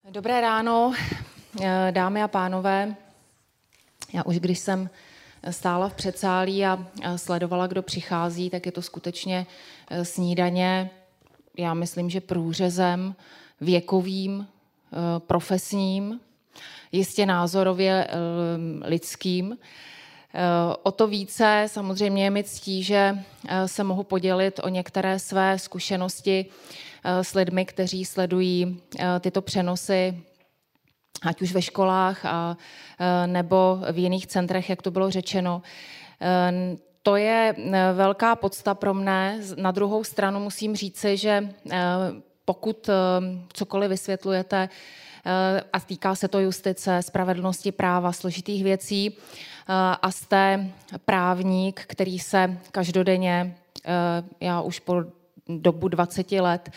Dobré ráno, dámy a pánové. Já už když jsem stála v předsálí a sledovala, kdo přichází, tak je to skutečně snídaně, já myslím, že průřezem věkovým, profesním, jistě názorově lidským. O to více samozřejmě je mi ctí, že se mohu podělit o některé své zkušenosti s lidmi, kteří sledují tyto přenosy, ať už ve školách nebo v jiných centrech, jak to bylo řečeno. To je velká podsta pro mne. Na druhou stranu musím říci, že pokud cokoliv vysvětlujete, a týká se to justice, spravedlnosti, práva, složitých věcí, a jste právník, který se každodenně, já už po dobu 20 let,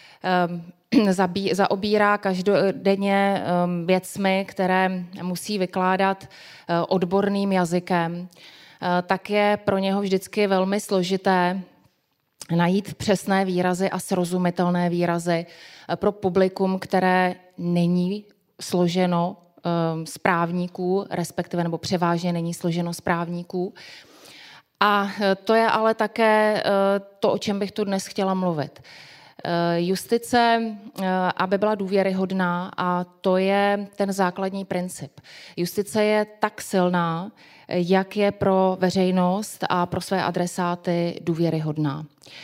zaobírá každodenně věcmi, které musí vykládat odborným jazykem, tak je pro něho vždycky velmi složité najít přesné výrazy a srozumitelné výrazy pro publikum, které není složeno z právníků, respektive nebo převážně není složeno z právníků. A to je ale také to, o čem bych tu dnes chtěla mluvit. Justice, aby byla důvěryhodná, a to je ten základní princip. Justice je tak silná, jak je pro veřejnost a pro své adresáty důvěryhodná.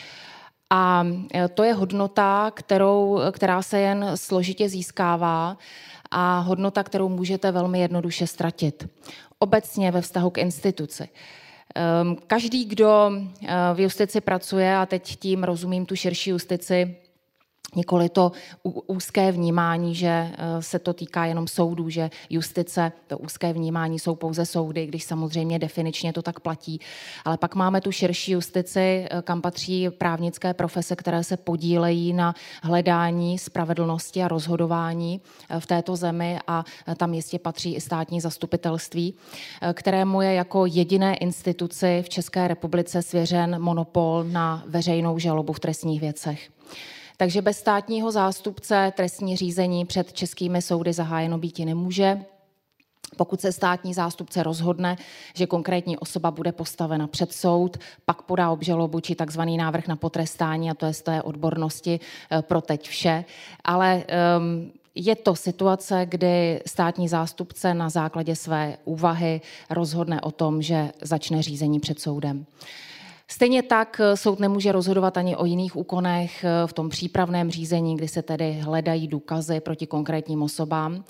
A to je hodnota, která se jen složitě získává, a hodnota, kterou můžete velmi jednoduše ztratit. Obecně ve vztahu k instituci. Každý, kdo v justici pracuje, a teď tím rozumím tu širší justici, nikoli to úzké vnímání, že se to týká jenom soudů, že justice, to úzké vnímání jsou pouze soudy, když samozřejmě definičně to tak platí. Ale pak máme tu širší justici, kam patří právnické profese, které se podílejí na hledání spravedlnosti a rozhodování v této zemi, a tam jistě patří i státní zastupitelství, kterému je jako jediné instituci v České republice svěřen monopol na veřejnou žalobu v trestních věcech. Takže bez státního zástupce trestní řízení před českými soudy zahájeno býti nemůže. Pokud se státní zástupce rozhodne, že konkrétní osoba bude postavena před soud, pak podá obžalobu či takzvaný návrh na potrestání, a to je z té odbornosti pro teď vše. Ale je to situace, kdy státní zástupce na základě své úvahy rozhodne o tom, že začne řízení před soudem. Stejně tak soud nemůže rozhodovat ani o jiných úkonech v tom přípravném řízení, kdy se tedy hledají důkazy proti konkrétním osobám.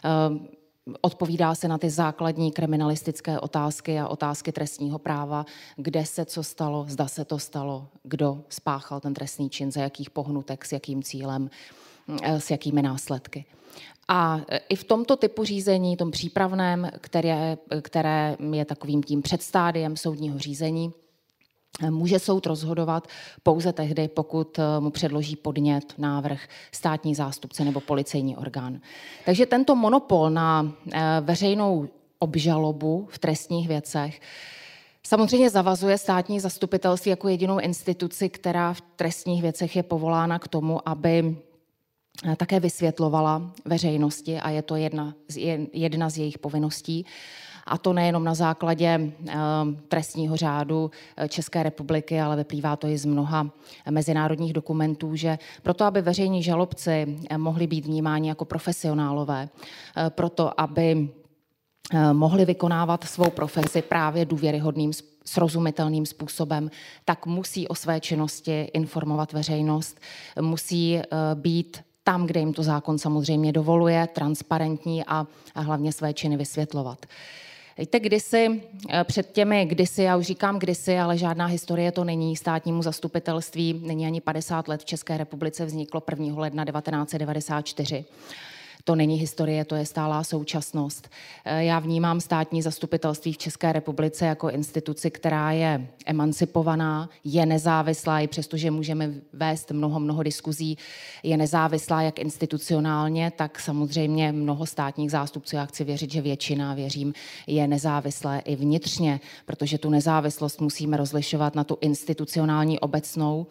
Odpovídá se na ty základní kriminalistické otázky a otázky trestního práva, kde se co stalo, zda se to stalo, kdo spáchal ten trestný čin, za jakých pohnutek, s jakým cílem, s jakými následky. A i v tomto typu řízení, tom přípravném, které je takovým tím předstádiem soudního řízení, může soud rozhodovat pouze tehdy, pokud mu předloží podnět, návrh státní zástupce nebo policejní orgán. Takže tento monopol na veřejnou obžalobu v trestních věcech samozřejmě zavazuje státní zastupitelství jako jedinou instituci, která v trestních věcech je povolána k tomu, aby také vysvětlovala veřejnosti, a je to jedna z jejich povinností. A to nejenom na základě trestního řádu České republiky, ale vyplývá to i z mnoha mezinárodních dokumentů, že proto, aby veřejní žalobci mohli být vnímáni jako profesionálové, proto, aby mohli vykonávat svou profesi právě důvěryhodným, srozumitelným způsobem, tak musí o své činnosti informovat veřejnost, musí být tam, kde jim to zákon samozřejmě dovoluje, transparentní a hlavně své činy vysvětlovat. Víte, před těmi já už říkám kdysi, ale žádná historie to není, státnímu zastupitelství není ani 50 let, v České republice vzniklo 1. ledna 1994. To není historie, to je stálá současnost. Já vnímám státní zastupitelství v České republice jako instituci, která je emancipovaná, je nezávislá, i přestože můžeme vést mnoho diskuzí, je nezávislá jak institucionálně, tak samozřejmě mnoho státních zástupců, já chci věřit, že většina, věřím, je nezávislé i vnitřně, protože tu nezávislost musíme rozlišovat na tu institucionální obecnou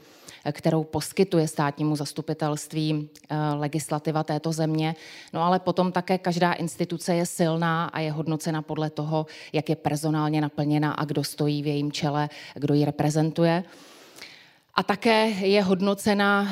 kterou poskytuje státnímu zastupitelství legislativa této země. No ale potom také každá instituce je silná a je hodnocena podle toho, jak je personálně naplněna a kdo stojí v jejím čele, kdo ji reprezentuje. A také je hodnocena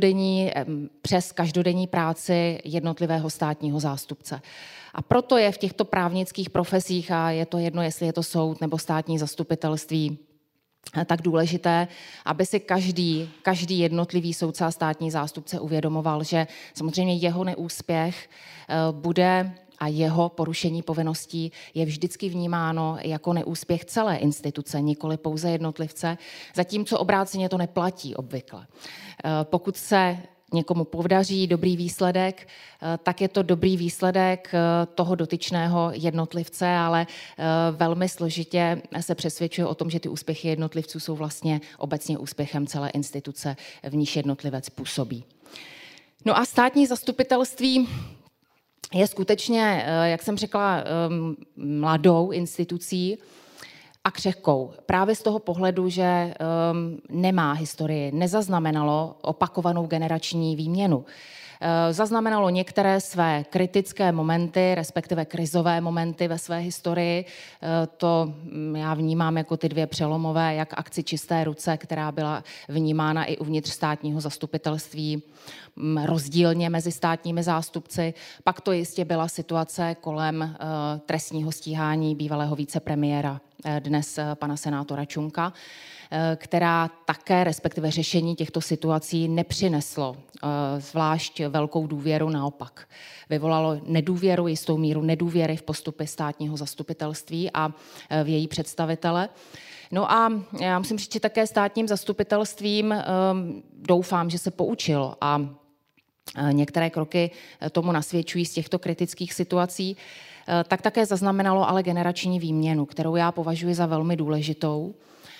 přes každodenní práci jednotlivého státního zástupce. A proto je v těchto právnických profesích, a je to jedno, jestli je to soud nebo státní zastupitelství, tak důležité, aby si každý jednotlivý soudce a státní zástupce uvědomoval, že samozřejmě jeho neúspěch bude a jeho porušení povinností je vždycky vnímáno jako neúspěch celé instituce, nikoli pouze jednotlivce, zatímco obráceně to neplatí obvykle. Pokud se někomu podaří dobrý výsledek, tak je to dobrý výsledek toho dotyčného jednotlivce, ale velmi složitě se přesvědčuje o tom, že ty úspěchy jednotlivců jsou vlastně obecně úspěchem celé instituce, v níž jednotlivec působí. No a státní zastupitelství je skutečně, jak jsem řekla, mladou institucí a křehkou. Právě z toho pohledu, že nemá historii, nezaznamenalo opakovanou generační výměnu. Zaznamenalo některé své kritické momenty, respektive krizové momenty ve své historii. To já vnímám jako ty dvě přelomové, jak akci Čisté ruce, která byla vnímána i uvnitř státního zastupitelství rozdílně mezi státními zástupci. Pak to jistě byla situace kolem trestního stíhání bývalého vicepremiéra, dnes pana senátora Čunka, která také, respektive řešení těchto situací nepřineslo zvlášť velkou důvěru, naopak. Vyvolalo nedůvěru, jistou míru nedůvěry v postupy státního zastupitelství a v její představitele. No a já musím říct, že také státním zastupitelstvím doufám, že se poučilo a některé kroky tomu nasvědčují z těchto kritických situací, tak také zaznamenalo ale generační výměnu, kterou já považuji za velmi důležitou.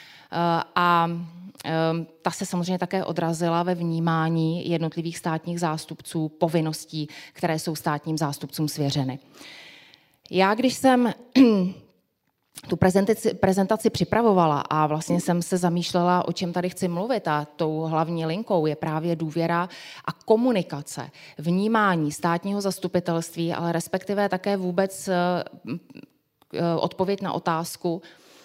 A ta se samozřejmě také odrazila ve vnímání jednotlivých státních zástupců, povinností, které jsou státním zástupcům svěřeny. Já, když jsem tu prezentaci připravovala a vlastně jsem se zamýšlela, o čem tady chci mluvit, a tou hlavní linkou je právě důvěra a komunikace, vnímání státního zastupitelství, ale respektive také vůbec odpověď na otázku,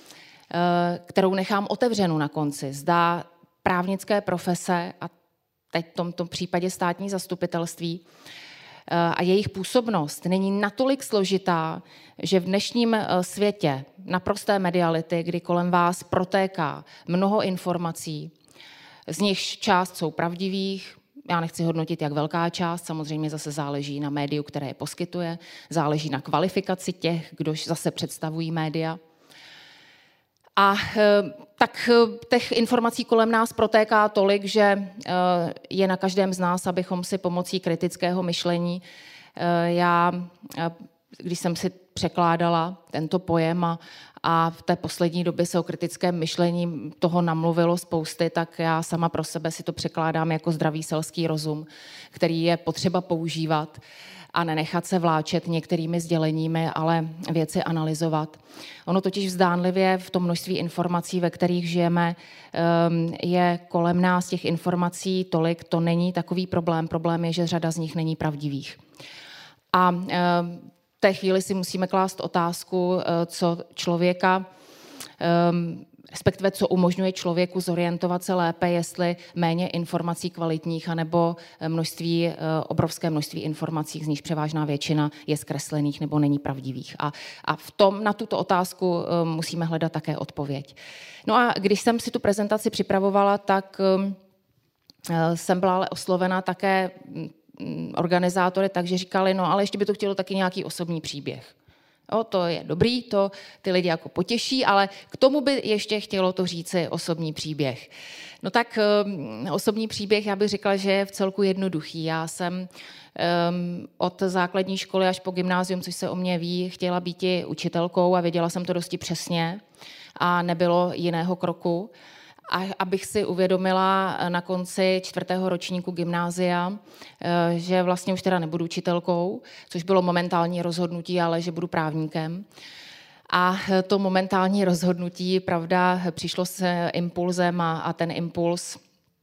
kterou nechám otevřenou na konci. Zda právnické profese, a teď v tomto případě státní zastupitelství, a jejich působnost není natolik složitá, že v dnešním světě naprosté mediality, kdy kolem vás protéká mnoho informací, z nichž část jsou pravdivých, já nechci hodnotit, jak velká část, samozřejmě zase záleží na médiu, které je poskytuje, záleží na kvalifikaci těch, kdož zase představují média. A tak těch informací kolem nás protéká tolik, že je na každém z nás, abychom si pomocí kritického myšlení, když jsem si překládala tento pojem a v té poslední době se o kritickém myšlení toho namluvilo spousty, tak já sama pro sebe si to překládám jako zdravý selský rozum, který je potřeba používat a nenechat se vláčet některými sděleními, ale věci analyzovat. Ono totiž zdánlivě v tom množství informací, ve kterých žijeme, je kolem nás těch informací tolik, to není takový problém. Problém je, že řada z nich není pravdivých. A v té chvíli si musíme klást otázku, co člověka, respektive co umožňuje člověku zorientovat se lépe, jestli méně informací kvalitních, anebo obrovské množství informací, z nichž převážná většina je zkreslených nebo není pravdivých. A na tuto otázku musíme hledat také odpověď. No a když jsem si tu prezentaci připravovala, tak jsem byla ale oslovena také organizátory, takže říkali, no ale ještě by to chtělo taky nějaký osobní příběh. To je dobrý, to ty lidi jako potěší, ale k tomu by ještě chtělo to říci osobní příběh. No tak osobní příběh, já bych řekla, že je v celku jednoduchý. Já jsem od základní školy až po gymnázium, což se o mě ví, chtěla být i učitelkou a věděla jsem to dosti přesně a nebylo jiného kroku. A abych si uvědomila na konci 4. ročníku gymnázia, že vlastně už teda nebudu učitelkou, což bylo momentální rozhodnutí, ale že budu právníkem. A to momentální rozhodnutí, pravda, přišlo s impulzem a ten impuls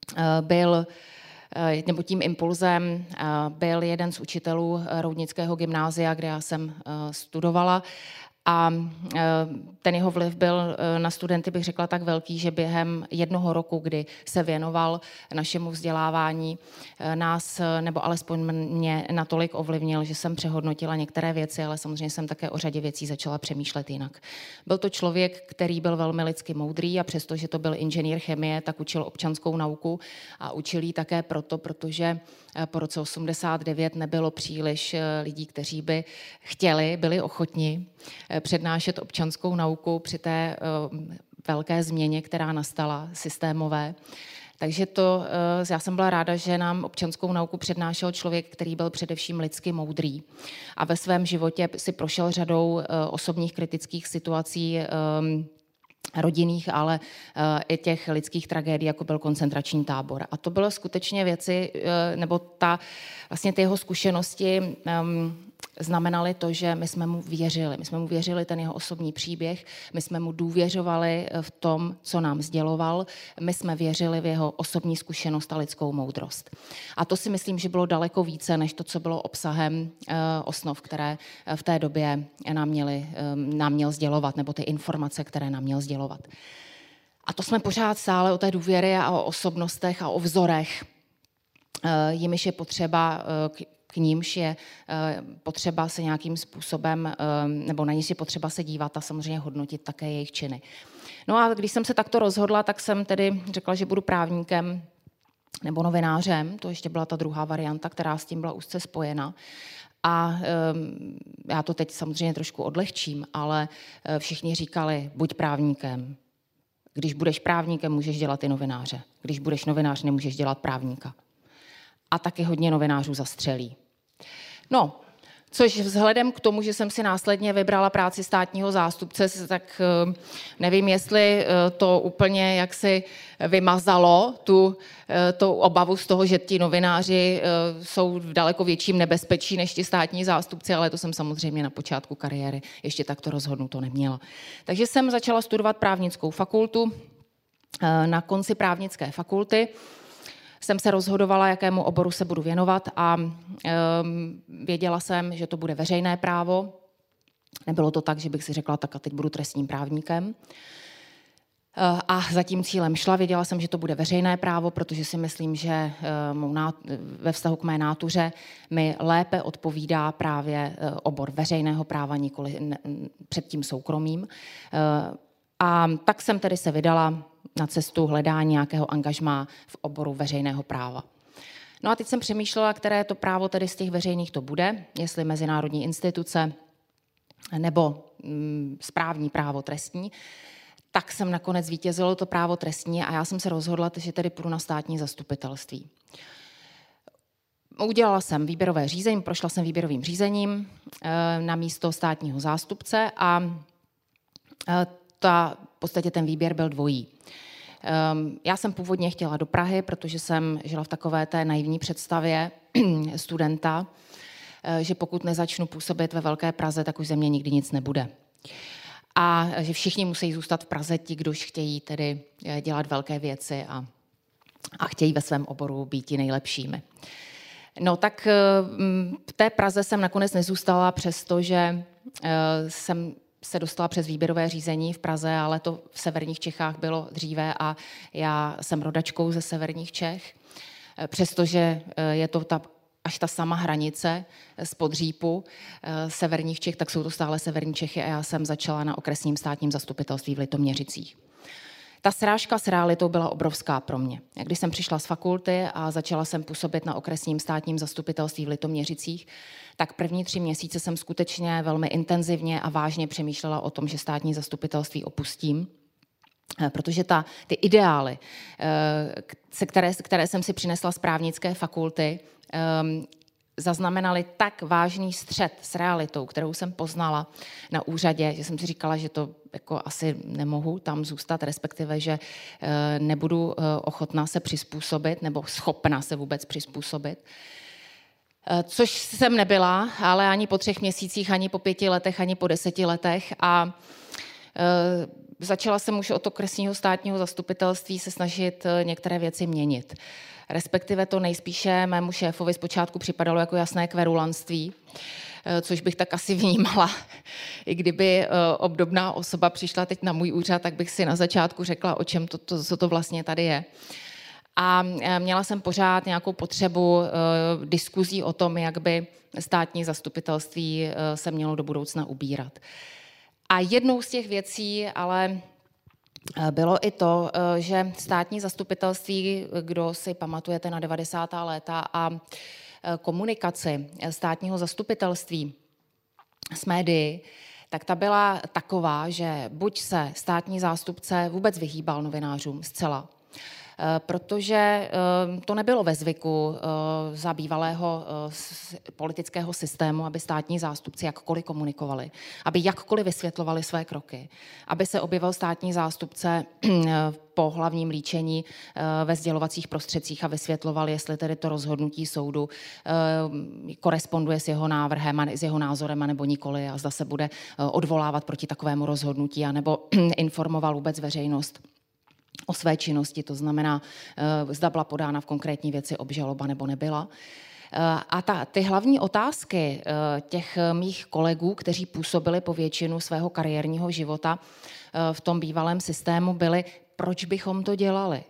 nebo tím impulzem byl jeden z učitelů Roudnického gymnázia, kde já jsem studovala. A ten jeho vliv byl na studenty, bych řekla, tak velký, že během jednoho roku, kdy se věnoval našemu vzdělávání, nás, nebo alespoň mě natolik ovlivnil, že jsem přehodnotila některé věci, ale samozřejmě jsem také o řadě věcí začala přemýšlet jinak. Byl to člověk, který byl velmi lidsky moudrý a přestože to byl inženýr chemie, tak učil občanskou nauku a učil ji také proto, protože po roce 89 nebylo příliš lidí, kteří by byli ochotni přednášet občanskou nauku při té velké změně, která nastala, systémové. Takže já jsem byla ráda, že nám občanskou nauku přednášel člověk, který byl především lidsky moudrý. A ve svém životě si prošel řadou osobních kritických situací, rodinných, ale i těch lidských tragédií, jako byl koncentrační tábor. A to bylo skutečně věci, nebo vlastně ty jeho zkušenosti znamenaly to, že my jsme mu věřili. My jsme mu věřili ten jeho osobní příběh, my jsme mu důvěřovali v tom, co nám sděloval, my jsme věřili v jeho osobní zkušenost a lidskou moudrost. A to si myslím, že bylo daleko více, než to, co bylo obsahem osnov, které v té době nám měl sdělovat, nebo ty informace, které nám měl sdělovat. A to jsme pořád stále o té důvěře a o osobnostech a o vzorech, jimiž je potřeba, k nímž je potřeba se nějakým způsobem, nebo na něž je potřeba se dívat a samozřejmě hodnotit také jejich činy. No a když jsem se takto rozhodla, tak jsem tedy řekla, že budu právníkem nebo novinářem. To ještě byla ta druhá varianta, která s tím byla úzce spojena. A já to teď samozřejmě trošku odlehčím, ale všichni říkali, buď právníkem. Když budeš právníkem, můžeš dělat i novináře. Když budeš novinář, nemůžeš dělat právníka. A taky hodně novinářů zastřelí. No, což vzhledem k tomu, že jsem si následně vybrala práci státního zástupce, tak nevím, jestli to úplně jaksi vymazalo tu obavu z toho, že ti novináři jsou v daleko větším nebezpečí než ti státní zástupci, ale to jsem samozřejmě na počátku kariéry ještě takto rozhodnuto neměla. Takže jsem začala studovat právnickou fakultu. Na konci právnické fakulty jsem se rozhodovala, jakému oboru se budu věnovat a věděla jsem, že to bude veřejné právo. Nebylo to tak, že bych si řekla, tak a teď budu trestním právníkem. A za tím cílem šla. Věděla jsem, že to bude veřejné právo, protože si myslím, že ve vztahu k mé nátuře mi lépe odpovídá právě obor veřejného práva, nikoli před tím soukromým. A tak jsem tedy se vydala na cestu hledání nějakého angažmá v oboru veřejného práva. No a teď jsem přemýšlela, které to právo tedy z těch veřejných to bude, jestli mezinárodní instituce nebo správní právo trestní. Tak jsem nakonec zvítězilo to právo trestní a já jsem se rozhodla, že tedy půjdu na státní zastupitelství. Udělala jsem výběrové řízení, prošla jsem výběrovým řízením na místo státního zástupce a v podstatě ten výběr byl dvojí. Já jsem původně chtěla do Prahy, protože jsem žila v takové té naivní představě studenta, že pokud nezačnu působit ve Velké Praze, tak už ze mě nikdy nic nebude. A že všichni musí zůstat v Praze, ti, kdož chtějí tedy dělat velké věci a chtějí ve svém oboru být ti nejlepšími. No tak v té Praze jsem nakonec nezůstala, přestože jsem se dostala přes výběrové řízení v Praze, ale to v severních Čechách bylo dříve a já jsem rodačkou ze severních Čech. Přestože je to až ta sama hranice z Podřípu severních Čech, tak jsou to stále severní Čechy a já jsem začala na okresním státním zastupitelství v Litoměřicích. Ta srážka s realitou byla obrovská pro mě. Když jsem přišla z fakulty a začala jsem působit na okresním státním zastupitelství v Litoměřicích, tak první 3 měsíce jsem skutečně velmi intenzivně a vážně přemýšlela o tom, že státní zastupitelství opustím, protože ty ideály, které jsem si přinesla z právnické fakulty, zaznamenali tak vážný střet s realitou, kterou jsem poznala na úřadě, že jsem si říkala, že to jako asi nemohu tam zůstat, respektive, že nebudu ochotná se přizpůsobit nebo schopna se vůbec přizpůsobit. Což jsem nebyla, ale ani po 3 měsících, ani po 5 letech, ani po 10 letech. A začala jsem už od okresního státního zastupitelství se snažit některé věci měnit. Respektive to nejspíše mému šéfovi zpočátku připadalo jako jasné kverulanství, což bych tak asi vnímala. I kdyby obdobná osoba přišla teď na můj úřad, tak bych si na začátku řekla, o čem co to vlastně tady je. A měla jsem pořád nějakou potřebu diskuzí o tom, jak by státní zastupitelství se mělo do budoucna ubírat. A jednou z těch věcí ale bylo i to, že státní zastupitelství, kdo si pamatujete na 90. léta a komunikaci státního zastupitelství s médií, tak ta byla taková, že buď se státní zástupce vůbec vyhýbal novinářům zcela, protože to nebylo ve zvyku za bývalého politického systému, aby státní zástupci jakkoliv komunikovali, aby jakkoliv vysvětlovali své kroky, aby se objevil státní zástupce po hlavním líčení ve sdělovacích prostředcích a vysvětloval, jestli tedy to rozhodnutí soudu koresponduje s jeho návrhem, s jeho názorem, nebo nikoli, a zda se bude odvolávat proti takovému rozhodnutí, anebo informoval vůbec veřejnost o své činnosti, to znamená, zda byla podána v konkrétní věci obžaloba nebo nebyla. A ty hlavní otázky těch mých kolegů, kteří působili po většinu svého kariérního života v tom bývalém systému, byly, proč bychom to dělali.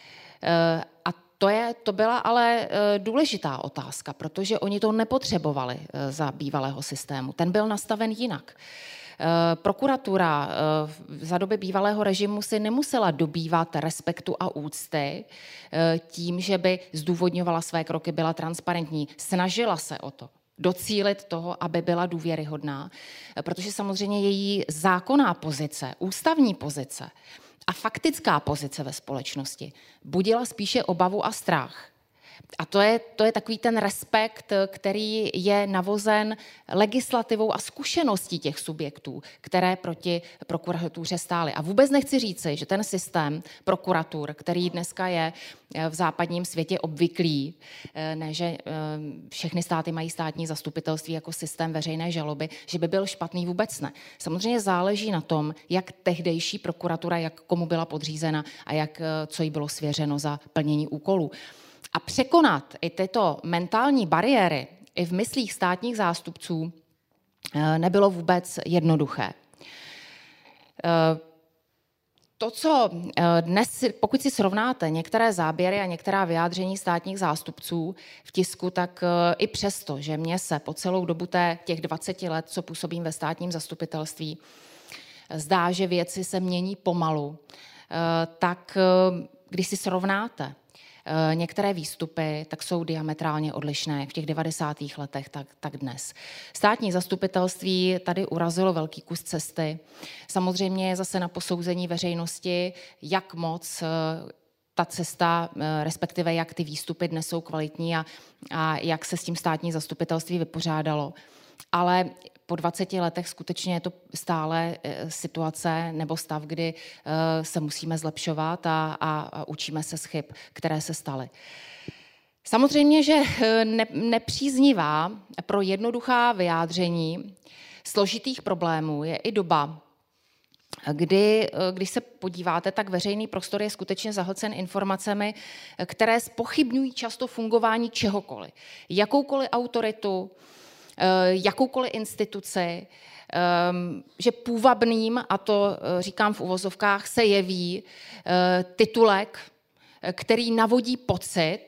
A to byla ale důležitá otázka, protože oni to nepotřebovali za bývalého systému. Ten byl nastaven jinak. Prokuratura za doby bývalého režimu si nemusela dobývat respektu a úcty tím, že by zdůvodňovala své kroky, byla transparentní. Snažila se o to docílit toho, aby byla důvěryhodná, protože samozřejmě její zákonná pozice, ústavní pozice a faktická pozice ve společnosti budila spíše obavu a strach. A to je takový ten respekt, který je navozen legislativou a zkušeností těch subjektů, které proti prokuratuře stály. A vůbec nechci říci, že ten systém prokuratur, který dneska je v západním světě obvyklý, ne, že všechny státy mají státní zastupitelství jako systém veřejné žaloby, že by byl špatný, vůbec ne. Samozřejmě záleží na tom, jak tehdejší prokuratura, jak komu byla podřízena a co jí bylo svěřeno za plnění úkolů. A překonat i tyto mentální bariéry i v myslích státních zástupců nebylo vůbec jednoduché. To, co dnes, pokud si srovnáte některé záběry a některá vyjádření státních zástupců v tisku, tak i přesto, že mě se po celou dobu těch 20 let, co působím ve státním zastupitelství, zdá, že věci se mění pomalu, tak když si srovnáte některé výstupy, tak jsou diametrálně odlišné v těch 90. letech, tak dnes. Státní zastupitelství tady urazilo velký kus cesty. Samozřejmě je zase na posouzení veřejnosti, jak moc ta cesta, respektive jak ty výstupy dnes jsou kvalitní a jak se s tím státní zastupitelství vypořádalo. Ale po 20 letech skutečně je to stále situace nebo stav, kdy se musíme zlepšovat a učíme se z chyb, které se staly. Samozřejmě, že nepříznivá pro jednoduchá vyjádření složitých problémů je i doba, když se podíváte, tak veřejný prostor je skutečně zahlcen informacemi, které zpochybňují často fungování čehokoliv. Jakoukoliv autoritu, jakoukoliv instituci, že půvabným, a to říkám v uvozovkách, se jeví titulek, který navodí pocit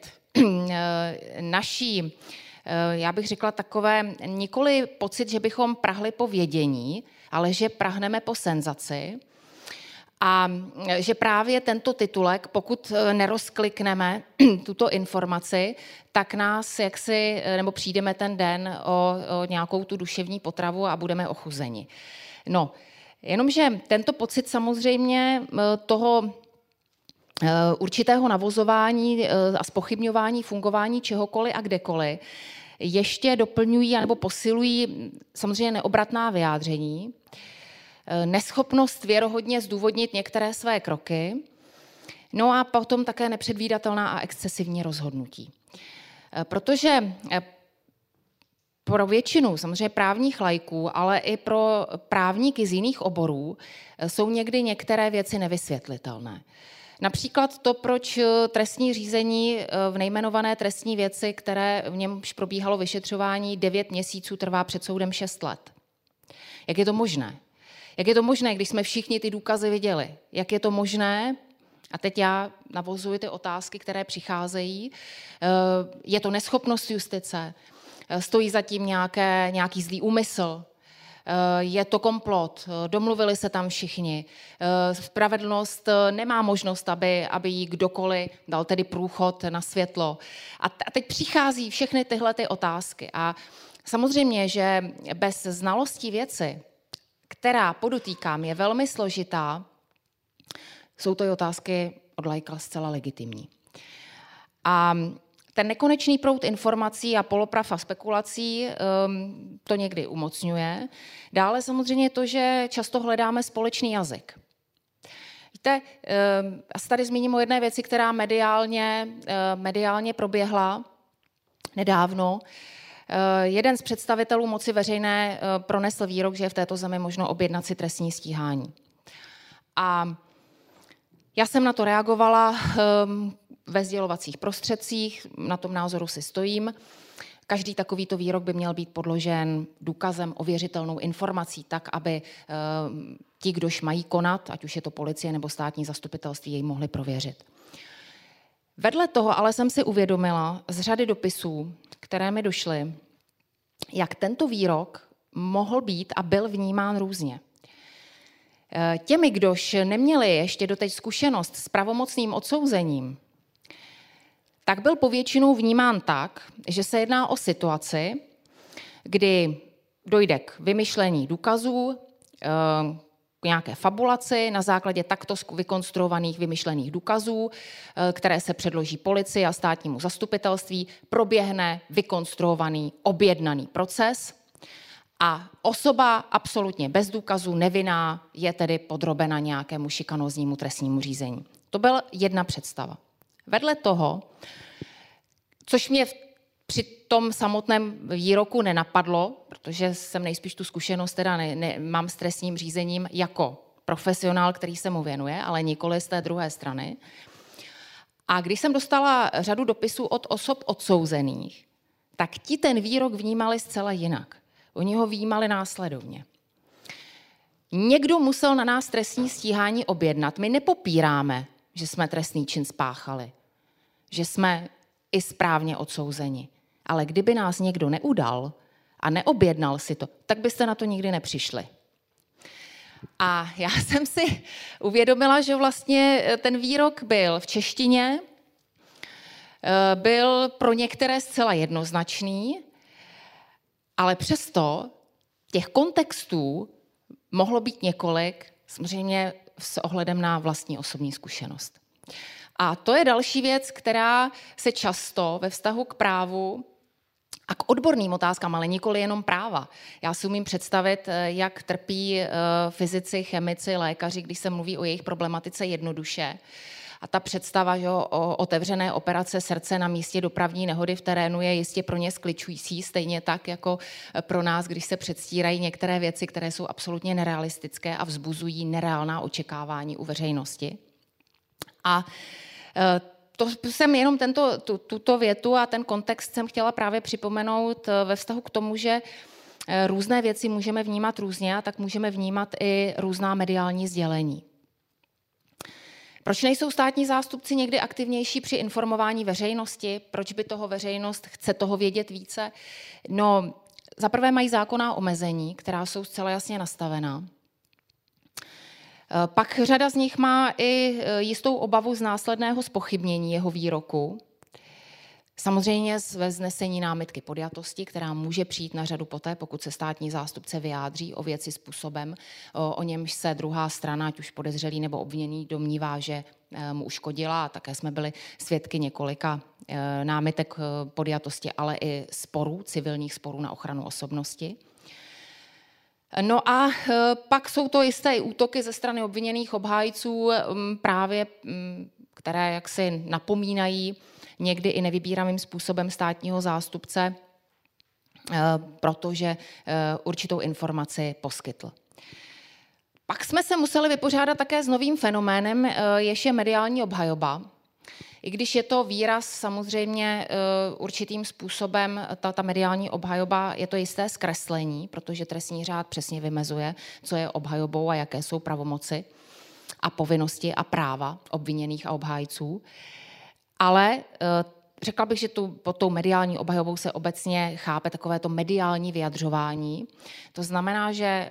naší, já bych řekla takové, nikoli pocit, že bychom prahli po vědění, ale že prahneme po senzaci. A že právě tento titulek, pokud nerozklikneme tuto informaci, tak nás nebo přijdeme ten den o nějakou tu duševní potravu a budeme ochuzeni. No, jenomže tento pocit samozřejmě toho určitého navozování a zpochybňování fungování čehokoliv a kdekoliv ještě doplňují nebo posilují samozřejmě neobratná vyjádření, neschopnost věrohodně zdůvodnit některé své kroky, no a potom také nepředvídatelná a excesivní rozhodnutí. Protože pro většinu samozřejmě právních laiků, ale i pro právníky z jiných oborů jsou někdy některé věci nevysvětlitelné. Například to, proč trestní řízení v nejmenované trestní věci, které v němž probíhalo vyšetřování 9 měsíců, trvá před soudem 6 let. Jak je to možné? Jak je to možné, když jsme všichni ty důkazy viděli? Jak je to možné? A teď já navozuji ty otázky, které přicházejí. Je to neschopnost justice? Stojí zatím nějaký zlý úmysl? Je to komplot? Domluvili se tam všichni? Spravedlnost nemá možnost, aby jí kdokoliv dal tedy průchod na světlo. A teď přichází všechny tyhle ty otázky. A samozřejmě, že bez znalostí věci, která, podotýkám, je velmi složitá, jsou to i otázky od laika zcela legitimní. A ten nekonečný proud informací a poloprav a spekulací to někdy umocňuje. Dále samozřejmě to, že často hledáme společný jazyk. Víte, já tady zmíním o jedné věci, která mediálně proběhla nedávno. Jeden z představitelů moci veřejné pronesl výrok, že je v této zemi možno objednat si trestní stíhání. A já jsem na to reagovala ve sdělovacích prostředcích, na tom názoru si stojím. Každý takovýto výrok by měl být podložen důkazem, ověřitelnou informací, tak, aby ti, kdož mají konat, ať už je to policie nebo státní zastupitelství, jej mohli prověřit. Vedle toho ale jsem si uvědomila z řady dopisů, které mi došly, jak tento výrok mohl být a byl vnímán různě. Těmi, kdož neměli ještě doteď zkušenost s pravomocným odsouzením, tak byl povětšinou vnímán tak, že se jedná o situaci, kdy dojde k vymyšlení důkazů, k nějaké fabulaci na základě takto vykonstruovaných vymyšlených důkazů, které se předloží policii a státnímu zastupitelství, proběhne vykonstruovaný, objednaný proces a osoba absolutně bez důkazů, nevinná, je tedy podrobena nějakému šikanóznímu trestnímu řízení. To byla jedna představa. Vedle toho, což mě při tom samotném výroku nenapadlo, protože jsem nejspíš tu zkušenost teda mám s trestním řízením jako profesionál, který se mu věnuje, ale nikoli z té druhé strany. A když jsem dostala řadu dopisů od osob odsouzených, tak ti ten výrok vnímali zcela jinak. Oni ho vnímali následovně. Někdo musel na nás trestní stíhání objednat. My nepopíráme, že jsme trestný čin spáchali, že jsme i správně odsouzeni. Ale kdyby nás někdo neudal a neobjednal si to, tak byste na to nikdy nepřišli. A já jsem si uvědomila, že vlastně ten výrok byl v češtině, byl pro některé zcela jednoznačný, ale přesto těch kontextů mohlo být několik, samozřejmě s ohledem na vlastní osobní zkušenost. A to je další věc, která se často ve vztahu k právu a k odborným otázkám, ale nikoli jenom práva. Já si umím představit, jak trpí fyzici, chemici, lékaři, když se mluví o jejich problematice jednoduše. A ta představa, že o otevřené operace srdce na místě dopravní nehody v terénu je jistě pro ně skličující, stejně tak jako pro nás, když se předstírají některé věci, které jsou absolutně nerealistické a vzbuzují nereálná očekávání u veřejnosti. A to jsem jenom tuto větu a ten kontext jsem chtěla právě připomenout ve vztahu k tomu, že různé věci můžeme vnímat různě a tak můžeme vnímat i různá mediální sdělení. Proč nejsou státní zástupci někdy aktivnější při informování veřejnosti? Proč by toho veřejnost chce toho vědět více? No, zaprvé mají zákonná omezení, která jsou zcela jasně nastavená. Pak řada z nich má i jistou obavu z následného zpochybnění jeho výroku. Samozřejmě ve vznesení námitky podjatosti, která může přijít na řadu poté, pokud se státní zástupce vyjádří o věci způsobem, o němž se druhá strana, ať už podezřelý nebo obviněný, domnívá, že mu uškodila. A také jsme byli svědky několika námitek podjatosti, ale i sporů, civilních sporů na ochranu osobnosti. No a pak jsou to jisté útoky ze strany obviněných obhájců, právě které jaksi napomínají někdy i nevybíravým způsobem státního zástupce protože určitou informaci poskytl. Pak jsme se museli vypořádat také s novým fenoménem, jež je mediální obhajoba. I když je to výraz samozřejmě určitým způsobem, ta mediální obhajoba je to jisté zkreslení, protože trestní řád přesně vymezuje, co je obhajobou a jaké jsou pravomoci a povinnosti a práva obviněných a obhájců. Ale řekla bych, že pod tou mediální obhajobou se obecně chápe takové to mediální vyjadřování. To znamená, že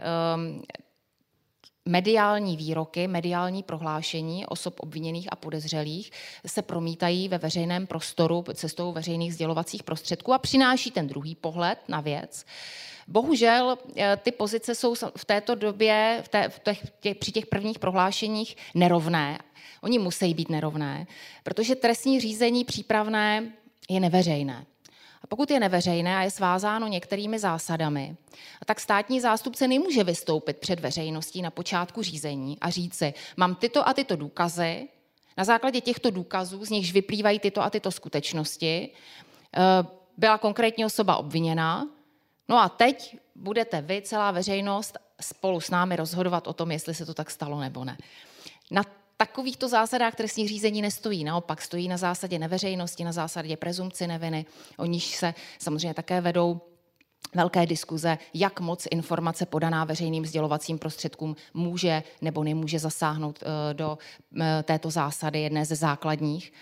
mediální výroky, mediální prohlášení osob obviněných a podezřelých se promítají ve veřejném prostoru cestou veřejných sdělovacích prostředků a přináší ten druhý pohled na věc. Bohužel ty pozice jsou v této době, při těch prvních prohlášeních nerovné. Oni musí být nerovné, protože trestní řízení přípravné je neveřejné. A pokud je neveřejné a je svázáno některými zásadami, tak státní zástupce nemůže vystoupit před veřejností na počátku řízení a říci, mám tyto a tyto důkazy, na základě těchto důkazů, z nichž vyplývají tyto a tyto skutečnosti, byla konkrétní osoba obviněná, no a teď budete vy, celá veřejnost, spolu s námi rozhodovat o tom, jestli se to tak stalo nebo ne. Na takovýchto zásadách trestních řízení nestojí, naopak stojí na zásadě neveřejnosti, na zásadě prezumpci neviny, o níž se samozřejmě také vedou velké diskuze, jak moc informace podaná veřejným sdělovacím prostředkům může nebo nemůže zasáhnout do této zásady, jedné ze základních.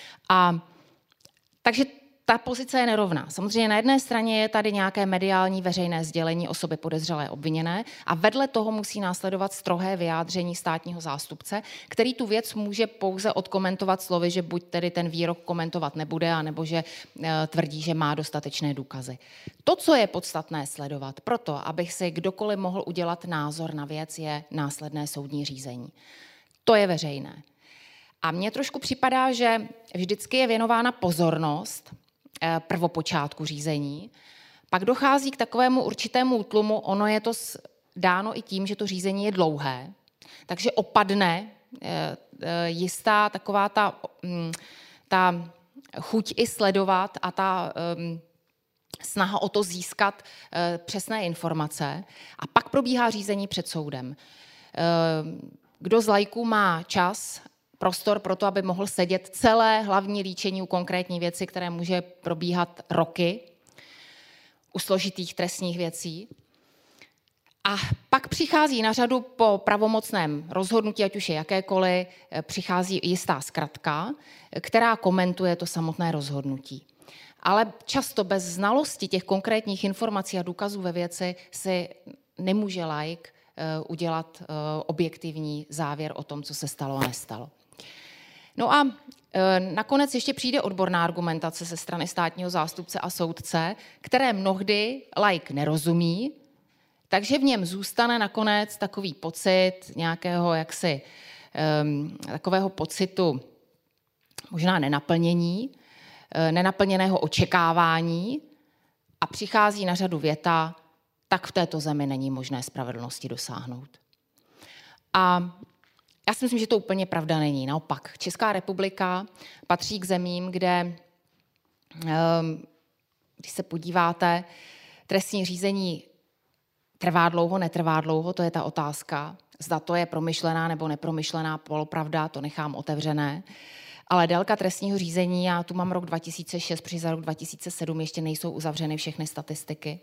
Takže ta pozice je nerovná. Samozřejmě na jedné straně je tady nějaké mediální veřejné sdělení osoby podezřelé obviněné a vedle toho musí následovat strohé vyjádření státního zástupce, který tu věc může pouze odkomentovat slovy, že buď tedy ten výrok komentovat nebude, anebo že tvrdí, že má dostatečné důkazy. To, co je podstatné sledovat, proto, aby si kdokoliv mohl udělat názor na věc, je následné soudní řízení. To je veřejné. A mně trošku připadá, že vždycky je věnována pozornost prvopočátku řízení, pak dochází k takovému určitému útlumu, ono je to dáno i tím, že to řízení je dlouhé, takže opadne jistá taková ta chuť i sledovat a ta snaha o to získat přesné informace a pak probíhá řízení před soudem. Kdo z laiků má čas, prostor pro to, aby mohl sedět celé hlavní líčení u konkrétní věci, které může probíhat roky u složitých trestních věcí. A pak přichází na řadu po pravomocném rozhodnutí, ať už je jakékoliv, přichází jistá zkratka, která komentuje to samotné rozhodnutí. Ale často bez znalosti těch konkrétních informací a důkazů ve věci si nemůže laik udělat objektivní závěr o tom, co se stalo a nestalo. No a nakonec ještě přijde odborná argumentace ze strany státního zástupce a soudce, které mnohdy laik nerozumí, takže v něm zůstane nakonec takový pocit nějakého takového pocitu možná nenaplněného očekávání a přichází na řadu věta, tak v této zemi není možné spravedlnosti dosáhnout. A já si myslím, že to úplně pravda není. Naopak, Česká republika patří k zemím, kde, když se podíváte, trestní řízení trvá dlouho, netrvá dlouho, to je ta otázka. Zda to je promyšlená nebo nepromyšlená polopravda, to nechám otevřené. Ale délka trestního řízení, já tu mám rok 2006, protože za rok 2007 ještě nejsou uzavřeny všechny statistiky.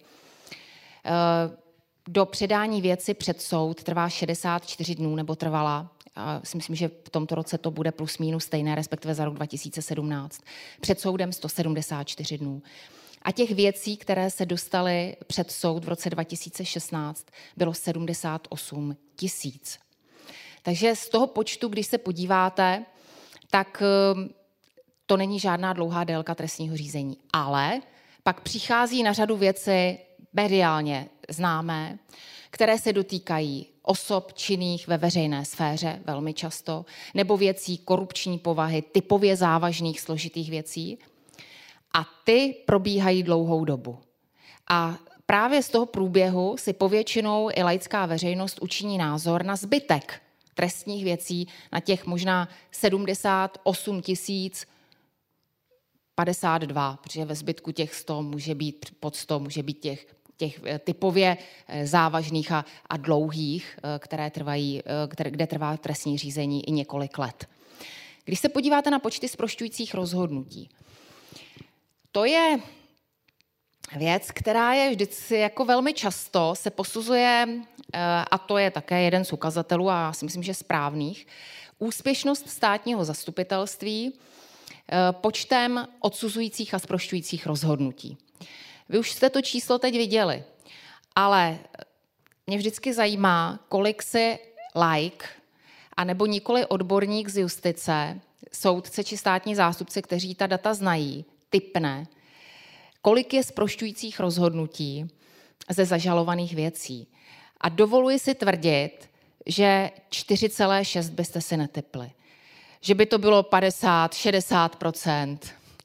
Do předání věci před soud trvá 64 dnů, nebo trvala. Já si myslím, že v tomto roce to bude plus minus stejné, respektive za rok 2017. Před soudem 174 dnů. A těch věcí, které se dostaly před soud v roce 2016, bylo 78 000. Takže z toho počtu, když se podíváte, tak to není žádná dlouhá délka trestního řízení. Ale pak přichází na řadu věci mediálně známé, které se dotýkají osob činných ve veřejné sféře velmi často, nebo věcí korupční povahy, typově závažných, složitých věcí. A ty probíhají dlouhou dobu. A právě z toho průběhu si povětšinou i laická veřejnost učiní názor na zbytek trestních věcí, na těch možná 78 000 52, protože ve zbytku těch 100 může být pod 100, může být těch typově závažných a dlouhých, kde trvá trestní řízení i několik let. Když se podíváte na počty zprošťujících rozhodnutí, to je věc, která je vždycky jako velmi často se posuzuje, a to je také jeden z ukazatelů, a já si myslím, že správných, úspěšnost státního zastupitelství počtem odsuzujících a zprošťujících rozhodnutí. Vy už jste to číslo teď viděli, ale mě vždycky zajímá, kolik si anebo nikoli odborník z justice, soudce či státní zástupce, kteří ta data znají, tipne, kolik je zprošťujících rozhodnutí ze zažalovaných věcí. A dovoluji si tvrdit, že 4,6 byste si netipli. Že by to bylo 50-60%.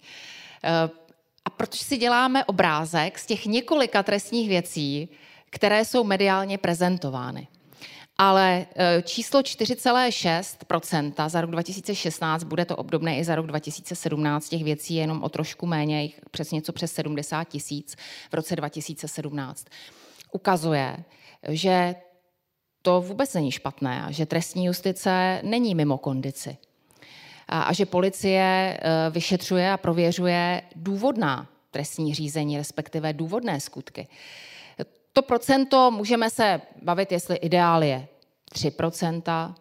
A protože si děláme obrázek z těch několika trestních věcí, které jsou mediálně prezentovány. Ale číslo 4,6% za rok 2016, bude to obdobné i za rok 2017, těch věcí je jenom o trošku méně, jich přes něco přes 70 000 v roce 2017. Ukazuje, že to vůbec není špatné a že trestní justice není mimo kondici. A že policie vyšetřuje a prověřuje důvodná trestní řízení, respektive důvodné skutky. To procento můžeme se bavit, jestli ideál je 3%,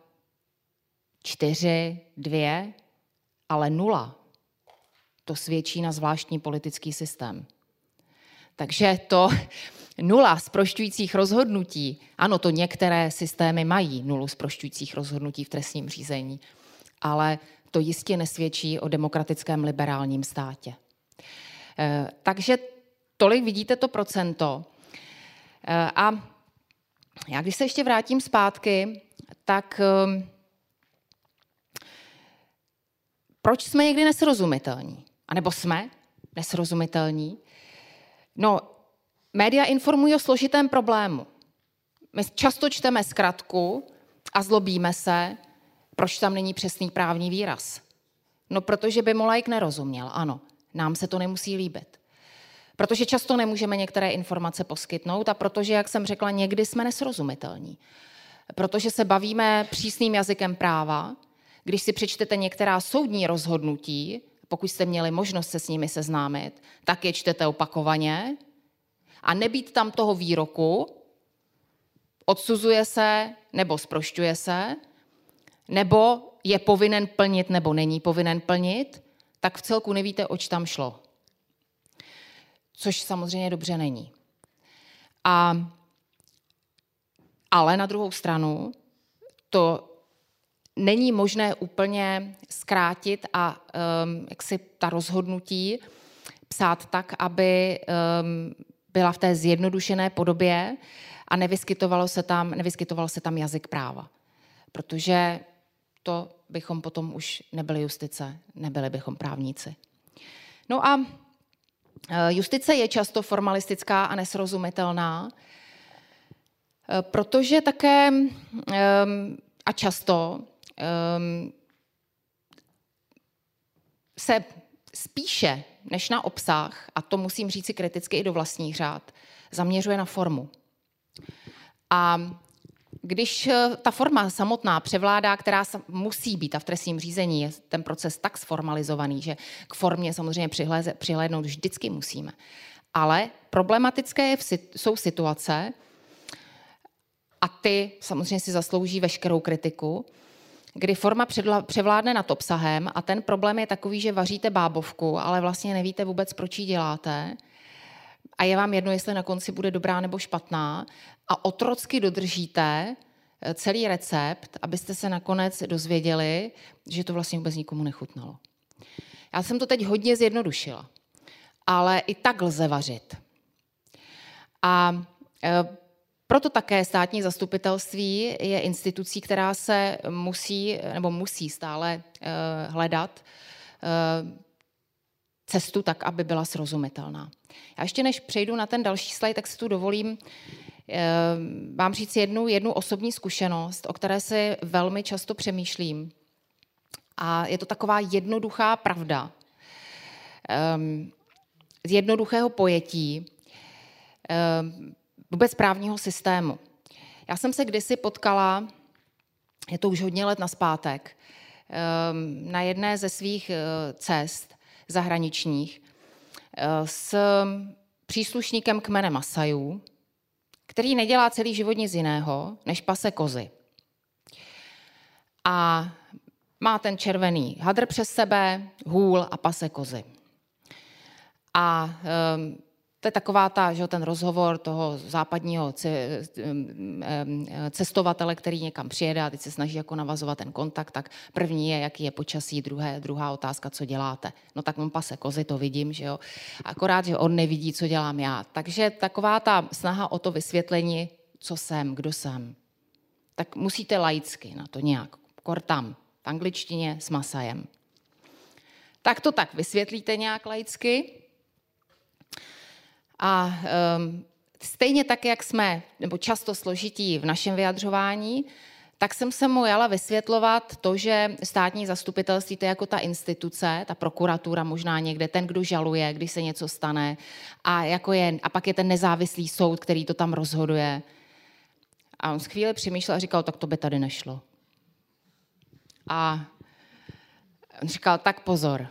4, 2, ale 0. To svědčí na zvláštní politický systém. Takže to 0 zprošťujících rozhodnutí, ano, to některé systémy mají 0 zprošťujících rozhodnutí v trestním řízení, ale to jistě nesvědčí o demokratickém liberálním státě. Takže tolik vidíte to procento. A já když se ještě vrátím zpátky, tak proč jsme někdy nesrozumitelní? A nebo jsme nesrozumitelní? No, média informují o složitém problému. My často čteme zkratku a zlobíme se, proč tam není přesný právní výraz. No, protože by mu laik nerozuměl, ano, nám se to nemusí líbit. Protože často nemůžeme některé informace poskytnout a protože, jak jsem řekla, někdy jsme nesrozumitelní. Protože se bavíme přísným jazykem práva, když si přečtete některá soudní rozhodnutí, pokud jste měli možnost se s nimi seznámit, tak je čtete opakovaně a nebýt tam toho výroku, odsuzuje se nebo zprošťuje se, nebo je povinen plnit nebo není povinen plnit, tak v celku nevíte, oč tam šlo. Což samozřejmě dobře není. Ale na druhou stranu to není možné úplně zkrátit a jak si ta rozhodnutí psát tak, aby byla v té zjednodušené podobě a nevyskytoval se tam jazyk práva. Protože to bychom potom už nebyli justice, nebyli bychom právníci. No a justice je často formalistická a nesrozumitelná, protože také a často se spíše než na obsah, a to musím říci kriticky i do vlastních řád, zaměřuje na formu. A když ta forma samotná převládá, která musí být, a v trestním řízení je ten proces tak sformalizovaný, že k formě samozřejmě přihlédnout vždycky musíme. Ale problematické jsou situace, a ty samozřejmě si zaslouží veškerou kritiku, kdy forma převládne nad obsahem a ten problém je takový, že vaříte bábovku, ale vlastně nevíte vůbec, proč ji děláte a je vám jedno, jestli na konci bude dobrá nebo špatná a otrocky dodržíte celý recept, abyste se nakonec dozvěděli, že to vlastně vůbec nikomu nechutnalo. Já jsem to teď hodně zjednodušila, ale i tak lze vařit. A proto také státní zastupitelství je institucí, která se musí stále hledat cestu tak, aby byla srozumitelná. Já ještě než přejdu na ten další slide, tak si tu dovolím vám říct jednu osobní zkušenost, o které si velmi často přemýšlím. A je to taková jednoduchá pravda, z jednoduchého pojetí vůbec právního systému. Já jsem se kdysi potkala, je to už hodně let nazpátek, na jedné ze svých cest zahraničních s příslušníkem kmene Masajů, který nedělá celý život nic jiného, než pase kozy. A má ten červený hadr přes sebe, hůl a pase kozy. A to je taková ten rozhovor toho západního cestovatele, který někam přijede a teď se snaží jako navazovat ten kontakt, tak první je, jaký je počasí, druhá otázka, co děláte. No tak on pase kozy, to vidím, že jo. Akorát, že on nevidí, co dělám já. Takže taková ta snaha o to vysvětlení, co jsem, kdo jsem. Tak musíte laicky na to nějak, tam, v angličtině s Masajem. Tak to tak vysvětlíte nějak laicky. A stejně tak, jak jsme, nebo často složití v našem vyjadřování, tak jsem se mu jala vysvětlovat to, že státní zastupitelství, to je jako ta instituce, ta prokuratura možná někde, ten, kdo žaluje, když se něco stane, a pak je ten nezávislý soud, který to tam rozhoduje. A on z chvíli přemýšlel a říkal, tak to by tady nešlo. A on říkal, tak pozor,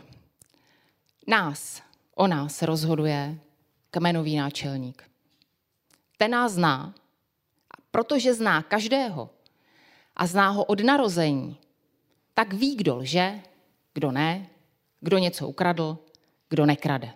o nás rozhoduje kmenový náčelník. Ten nás zná, protože zná každého a zná ho od narození, tak ví, kdo lže, kdo ne, kdo něco ukradl, kdo nekrade.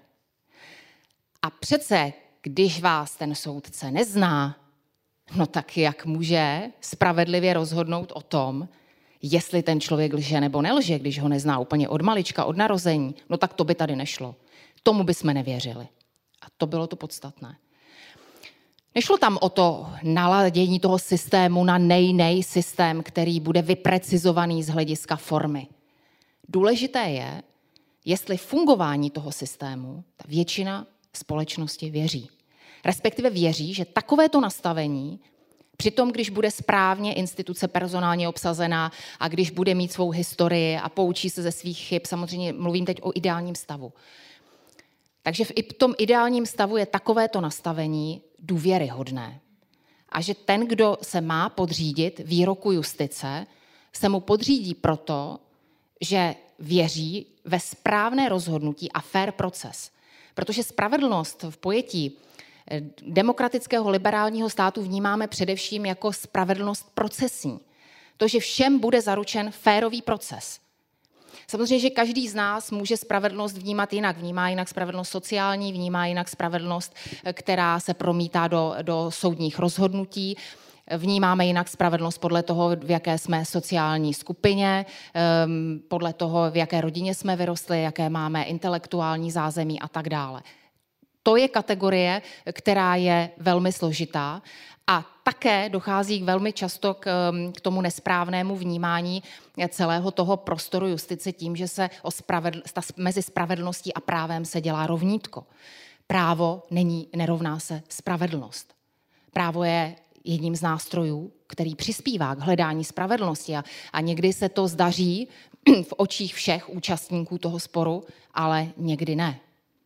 A přece, když vás ten soudce nezná, no tak jak může spravedlivě rozhodnout o tom, jestli ten člověk lže nebo nelže, když ho nezná úplně od malička, od narození, no tak to by tady nešlo. Tomu bychom nevěřili. A to bylo to podstatné. Nešlo tam o to naladění toho systému na nej systém, který bude vyprecizovaný z hlediska formy. Důležité je, jestli fungování toho systému ta většina společnosti věří. Respektive věří, že takovéto nastavení, přitom když bude správně instituce personálně obsazená a když bude mít svou historii a poučí se ze svých chyb, samozřejmě mluvím teď o ideálním stavu, takže i v tom ideálním stavu je takovéto nastavení důvěryhodné. A že ten, kdo se má podřídit výroku justice, se mu podřídí proto, že věří ve správné rozhodnutí a fair proces. Protože spravedlnost v pojetí demokratického liberálního státu vnímáme především jako spravedlnost procesní. To, že všem bude zaručen férový proces. Samozřejmě, že každý z nás může spravedlnost vnímat jinak. Vnímá jinak spravedlnost sociální, vnímá jinak spravedlnost, která se promítá do soudních rozhodnutí. Vnímáme jinak spravedlnost podle toho, v jaké jsme sociální skupině, podle toho, v jaké rodině jsme vyrostli, jaké máme intelektuální zázemí a tak dále. To je kategorie, která je velmi složitá a také dochází velmi často k tomu nesprávnému vnímání celého toho prostoru justice tím, že se mezi spravedlností a právem se dělá rovnítko. Právo nerovná se spravedlnost. Právo je jedním z nástrojů, který přispívá k hledání spravedlnosti a někdy se to zdaří v očích všech účastníků toho sporu, ale někdy ne.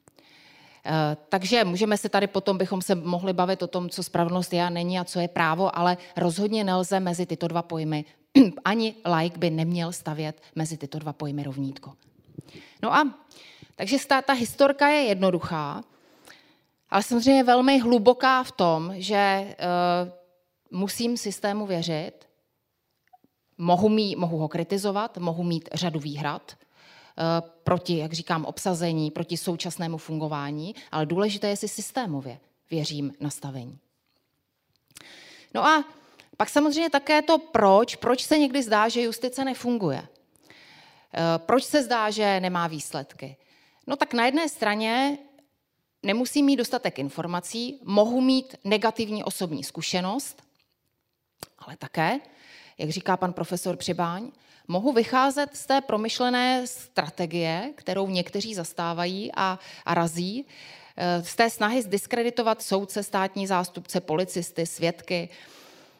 Takže můžeme se tady potom, bychom se mohli bavit o tom, co spravedlnost je a není a co je právo, ale rozhodně nelze mezi tyto dva pojmy, ani laik by neměl stavět mezi tyto dva pojmy rovnítko. No a takže ta historka je jednoduchá, ale samozřejmě je velmi hluboká v tom, že musím systému věřit, mohu ho kritizovat, mohu mít řadu výhrad, proti, jak říkám, obsazení, proti současnému fungování, ale důležité je, jestli systémově věřím nastavení. No a pak samozřejmě také to proč se někdy zdá, že justice nefunguje. Proč se zdá, že nemá výsledky? No tak na jedné straně nemusím mít dostatek informací, mohu mít negativní osobní zkušenost, ale také, jak říká pan profesor Přibáň, mohu vycházet z té promyšlené strategie, kterou někteří zastávají a razí, z té snahy zdiskreditovat soudce, státní zástupce, policisty, svědky.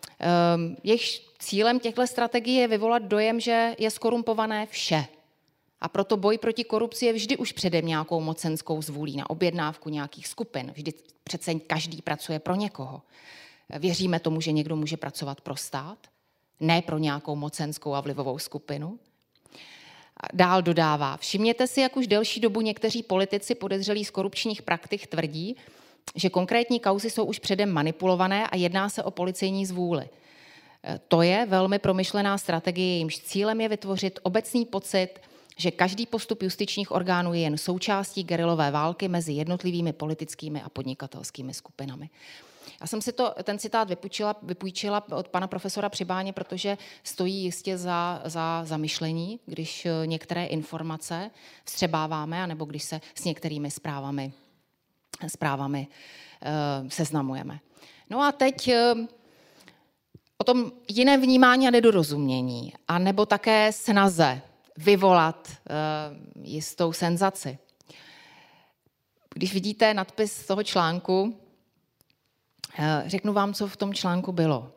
Jejich cílem těchto strategií je vyvolat dojem, že je zkorumpované vše. A proto boj proti korupci je vždy už předem nějakou mocenskou zvůlí na objednávku nějakých skupin. Vždy přece každý pracuje pro někoho. Věříme tomu, že někdo může pracovat pro stát, ne pro nějakou mocenskou a vlivovou skupinu. Dál dodává, všimněte si, jak už delší dobu někteří politici podezřelí z korupčních praktik tvrdí, že konkrétní kauzy jsou už předem manipulované a jedná se o policejní zvůli. To je velmi promyšlená strategie, jejímž cílem je vytvořit obecný pocit, že každý postup justičních orgánů je jen součástí gerilové války mezi jednotlivými politickými a podnikatelskými skupinami. Já jsem si ten citát vypůjčila od pana profesora Přibáně, protože stojí jistě za zamyšlení, když některé informace vstřebáváme, anebo když se s některými zprávami seznamujeme. No a teď o tom jiném vnímání a nedorozumění, anebo také snaze vyvolat jistou senzaci. Když vidíte nadpis toho článku, řeknu vám, co v tom článku bylo.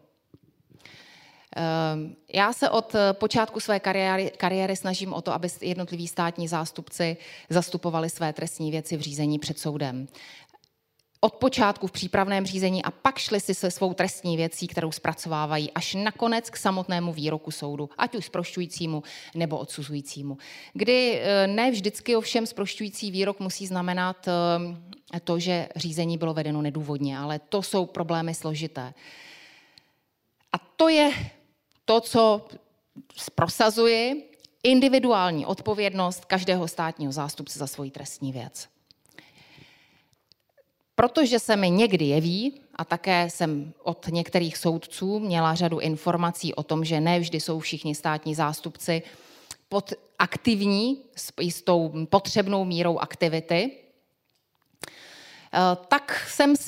Já se od počátku své kariéry snažím o to, aby jednotliví státní zástupci zastupovali své trestní věci v řízení před soudem. Od počátku v přípravném řízení a pak šli si se svou trestní věcí, kterou zpracovávají, až nakonec k samotnému výroku soudu, ať už zprošťujícímu nebo odsuzujícímu. Kdy ne vždycky ovšem zprošťující výrok musí znamenat to, že řízení bylo vedeno nedůvodně, ale to jsou problémy složité. A to je to, co prosazuji, individuální odpovědnost každého státního zástupce za svoji trestní věc. Protože se mi někdy jeví, a také jsem od některých soudců měla řadu informací o tom, že ne vždy jsou všichni státní zástupci aktivní s jistou potřebnou mírou aktivity, tak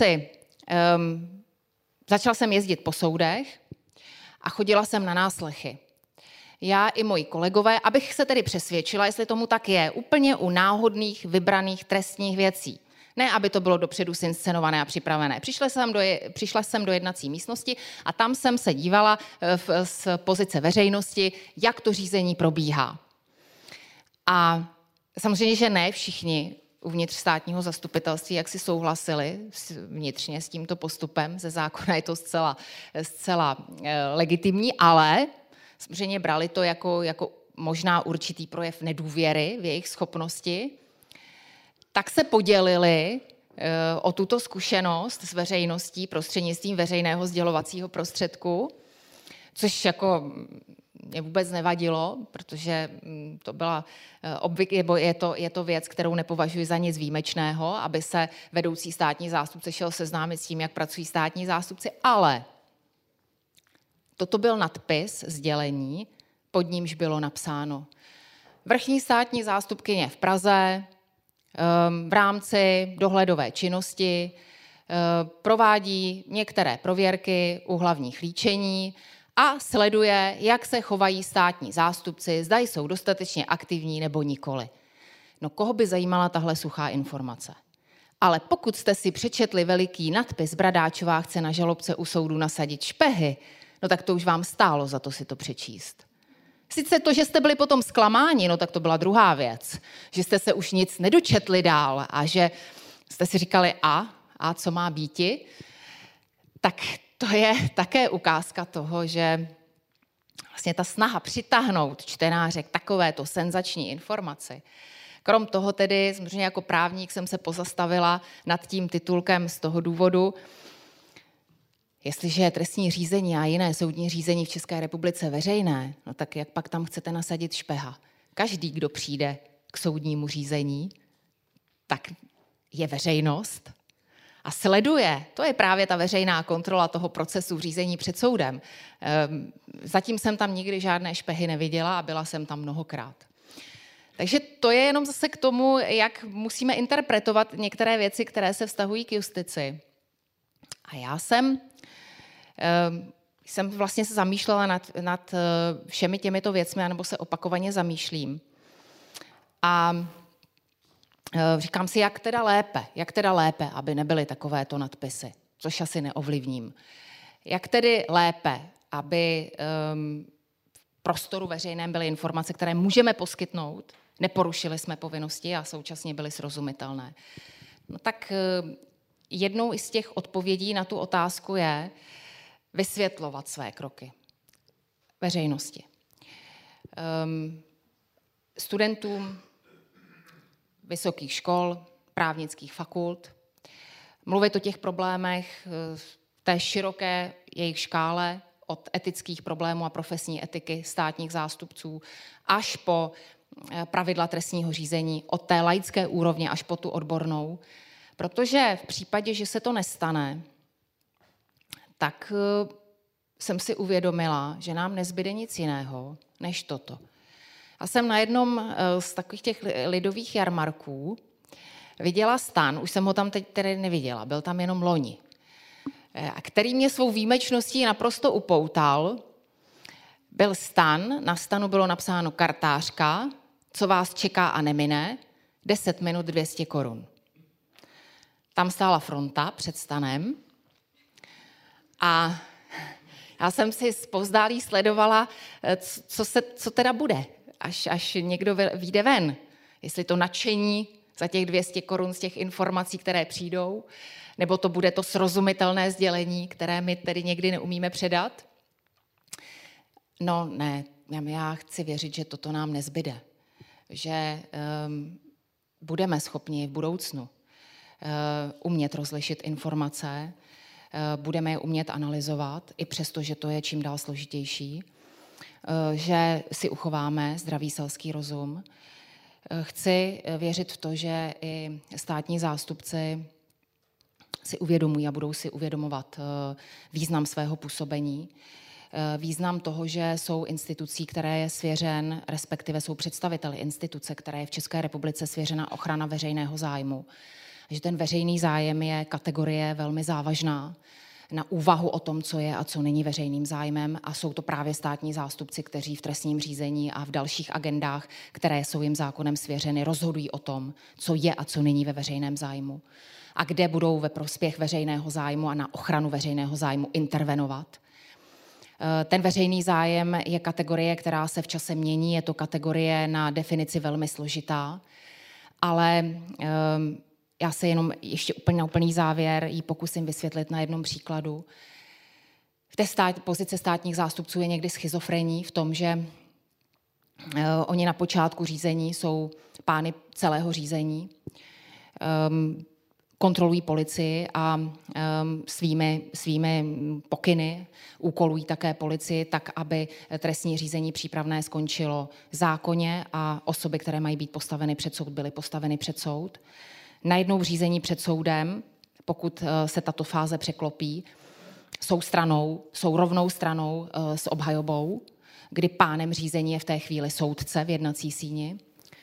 začala jsem jezdit po soudech a chodila jsem na náslechy. Já i moji kolegové, abych se tedy přesvědčila, jestli tomu tak je, úplně u náhodných vybraných trestních věcí. Ne, aby to bylo dopředu zinscenované a připravené. Přišla jsem do jednací místnosti a tam jsem se dívala z pozice veřejnosti, jak to řízení probíhá. A samozřejmě, že ne všichni uvnitř státního zastupitelství, jak si souhlasili vnitřně s tímto postupem, ze zákona je to zcela legitimní, ale samozřejmě brali to jako možná určitý projev nedůvěry v jejich schopnosti, tak se podělili o tuto zkušenost s veřejností prostřednictvím veřejného sdělovacího prostředku, což jako mě vůbec nevadilo, protože to byla je to věc, kterou nepovažuji za nic výjimečného, aby se vedoucí státní zástupce šel seznámit s tím, jak pracují státní zástupci, ale toto byl nadpis sdělení, pod nímž bylo napsáno: Vrchní státní zástupkyně v Praze v rámci dohledové činnosti provádí některé prověrky u hlavních líčení a sleduje, jak se chovají státní zástupci, zda jsou dostatečně aktivní nebo nikoli. No koho by zajímala tahle suchá informace? Ale pokud jste si přečetli veliký nadpis Bradáčová chce na žalobce u soudu nasadit špehy, no tak to už vám stálo za to si to přečíst. Sice to, že jste byli potom zklamáni, no tak to byla druhá věc. Že jste se už nic nedočetli dál a že jste si říkali a co má býti, tak to je také ukázka toho, že vlastně ta snaha přitáhnout čtenáře k takovéto senzační informaci. Krom toho tedy, samozřejmě jako právník jsem se pozastavila nad tím titulkem z toho důvodu, jestliže je trestní řízení a jiné soudní řízení v České republice veřejné, no tak jak pak tam chcete nasadit špeha? Každý, kdo přijde k soudnímu řízení, tak je veřejnost a sleduje. To je právě ta veřejná kontrola toho procesu řízení před soudem. Zatím jsem tam nikdy žádné špehy neviděla a byla jsem tam mnohokrát. Takže to je jenom zase k tomu, jak musíme interpretovat některé věci, které se vztahují k justici. A já jsem vlastně se zamýšlela nad všemi těmito věcmi, anebo se opakovaně zamýšlím. A říkám si, jak teda lépe, aby nebyly takovéto nadpisy, což asi neovlivním. Jak tedy lépe, aby v prostoru veřejném byly informace, které můžeme poskytnout, neporušili jsme povinnosti a současně byly srozumitelné. No tak jednou z těch odpovědí na tu otázku je vysvětlovat své kroky veřejnosti. Studentům vysokých škol, právnických fakult, mluvit o těch problémech v té široké jejich škále od etických problémů a profesní etiky státních zástupců až po pravidla trestního řízení, od té laické úrovně až po tu odbornou. Protože v případě, že se to nestane, tak jsem si uvědomila, že nám nezbyde nic jiného než toto. Já jsem na jednom z takových těch lidových jarmarků viděla stan, už jsem ho tam teď tedy neviděla, byl tam jenom loni, a který mě svou výjimečností naprosto upoutal. Byl stan, na stanu bylo napsáno kartářka, co vás čeká a nemine, 10 minut 200 korun. Tam stála fronta před stanem a já jsem si zpovzdálí sledovala, co teda bude, až někdo vyjde ven. Jestli to nadšení za těch 200 korun z těch informací, které přijdou, nebo to bude to srozumitelné sdělení, které my tedy někdy neumíme předat. No ne, já chci věřit, že toto nám nezbyde. Že budeme schopni v budoucnu umět rozlišit informace, budeme je umět analyzovat, i přesto, že to je čím dál složitější, že si uchováme zdravý selský rozum. Chci věřit v to, že i státní zástupci si uvědomují a budou si uvědomovat význam svého působení, význam toho, že jsou institucí, které je svěřen, respektive jsou představiteli instituce, které je v České republice svěřena ochrana veřejného zájmu. Že ten veřejný zájem je kategorie velmi závažná na úvahu o tom, co je a co není veřejným zájmem, a jsou to právě státní zástupci, kteří v trestním řízení a v dalších agendách, které jsou jim zákonem svěřeny, rozhodují o tom, co je a co není ve veřejném zájmu a kde budou ve prospěch veřejného zájmu a na ochranu veřejného zájmu intervenovat. Ten veřejný zájem je kategorie, která se v čase mění, je to kategorie na definici velmi složitá, ale já se jenom ještě na úplný závěr ji pokusím vysvětlit na jednom příkladu. V té pozice státních zástupců je někdy schizofrení v tom, že oni na počátku řízení jsou pány celého řízení, kontrolují policii a svými pokyny úkolují také policii tak, aby trestní řízení přípravné skončilo zákonně a osoby, které mají být postaveny před soud, byly postaveny před soud. Najednou v řízení před soudem, pokud se tato fáze překlopí, jsou rovnou stranou s obhajobou, kdy pánem řízení je v té chvíli soudce v jednací síni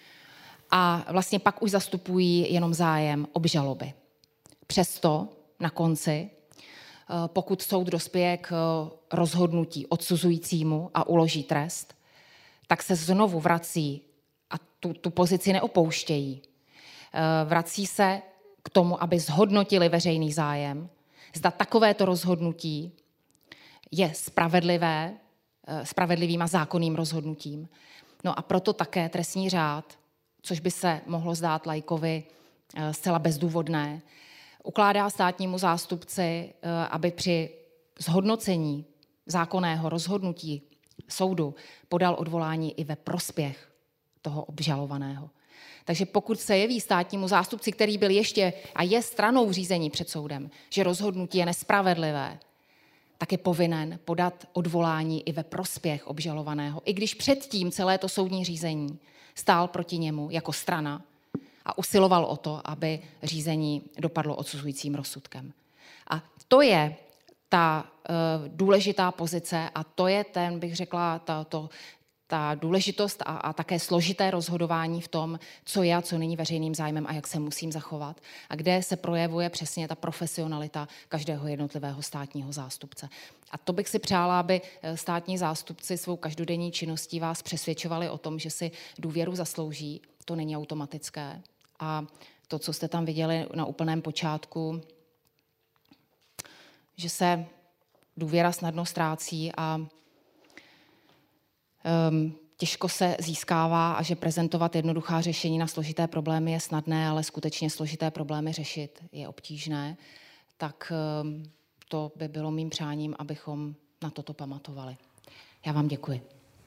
a vlastně pak už zastupují jenom zájem obžaloby. Přesto na konci, pokud soud dospěje k rozhodnutí odsuzujícímu a uloží trest, tak se znovu vrací a tu pozici neopouštějí. Vrací se k tomu, aby zhodnotili veřejný zájem, zda takovéto rozhodnutí je spravedlivým a zákonným rozhodnutím. No a proto také trestní řád, což by se mohlo zdát laikovi zcela bezdůvodné, ukládá státnímu zástupci, aby při zhodnocení zákonného rozhodnutí soudu podal odvolání i ve prospěch toho obžalovaného. Takže pokud se jeví státnímu zástupci, který byl ještě a je stranou v řízení před soudem, že rozhodnutí je nespravedlivé, tak je povinen podat odvolání i ve prospěch obžalovaného, i když předtím celé to soudní řízení stál proti němu jako strana a usiloval o to, aby řízení dopadlo odsuzujícím rozsudkem. A to je ta důležitá pozice a to je ten, bych řekla, ta důležitost a také složité rozhodování v tom, co je a co není veřejným zájmem a jak se musím zachovat a kde se projevuje přesně ta profesionalita každého jednotlivého státního zástupce. A to bych si přála, aby státní zástupci svou každodenní činností vás přesvědčovali o tom, že si důvěru zaslouží. To není automatické. A to, co jste tam viděli na úplném počátku, že se důvěra snadno ztrácí a těžko se získává a že prezentovat jednoduchá řešení na složité problémy je snadné, ale skutečně složité problémy řešit je obtížné, tak to by bylo mým přáním, abychom na toto pamatovali. Já vám děkuji.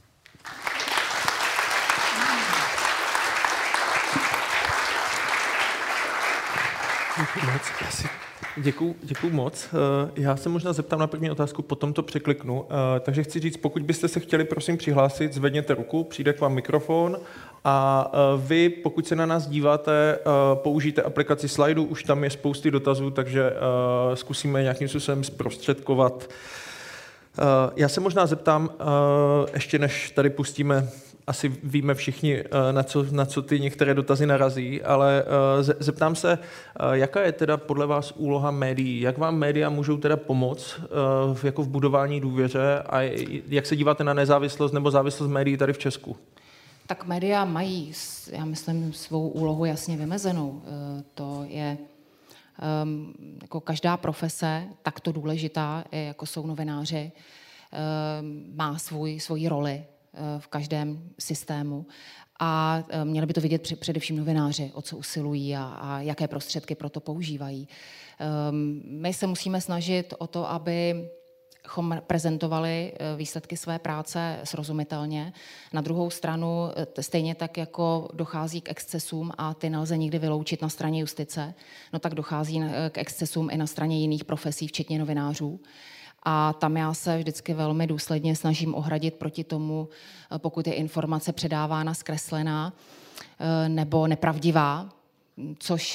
Děkuju moc. Já se možná zeptám na první otázku, potom to překliknu. Takže chci říct, pokud byste se chtěli, prosím, přihlásit, zvedněte ruku, přijde k vám mikrofon a vy, pokud se na nás díváte, použijte aplikaci Slido, už tam je spousty dotazů, takže zkusíme nějakým způsobem zprostředkovat. Já se možná zeptám, ještě než tady pustíme, asi víme všichni, na co ty některé dotazy narazí, ale zeptám se, jaká je teda podle vás úloha médií? Jak vám média můžou teda pomoct jako v budování důvěře a jak se díváte na nezávislost nebo závislost médií tady v Česku? Tak média mají, já myslím, svou úlohu jasně vymezenou. To je jako každá profese takto důležitá, jako jsou novináři, má svoji roli v každém systému a měli by to vidět především novináři, o co usilují a jaké prostředky pro to používají. My se musíme snažit o to, abychom prezentovali výsledky své práce srozumitelně. Na druhou stranu, stejně tak, jako dochází k excesům a ty nelze nikdy vyloučit na straně justice, no tak dochází k excesům i na straně jiných profesí, včetně novinářů. A tam já se vždycky velmi důsledně snažím ohradit proti tomu, pokud je informace předávána zkreslená nebo nepravdivá, což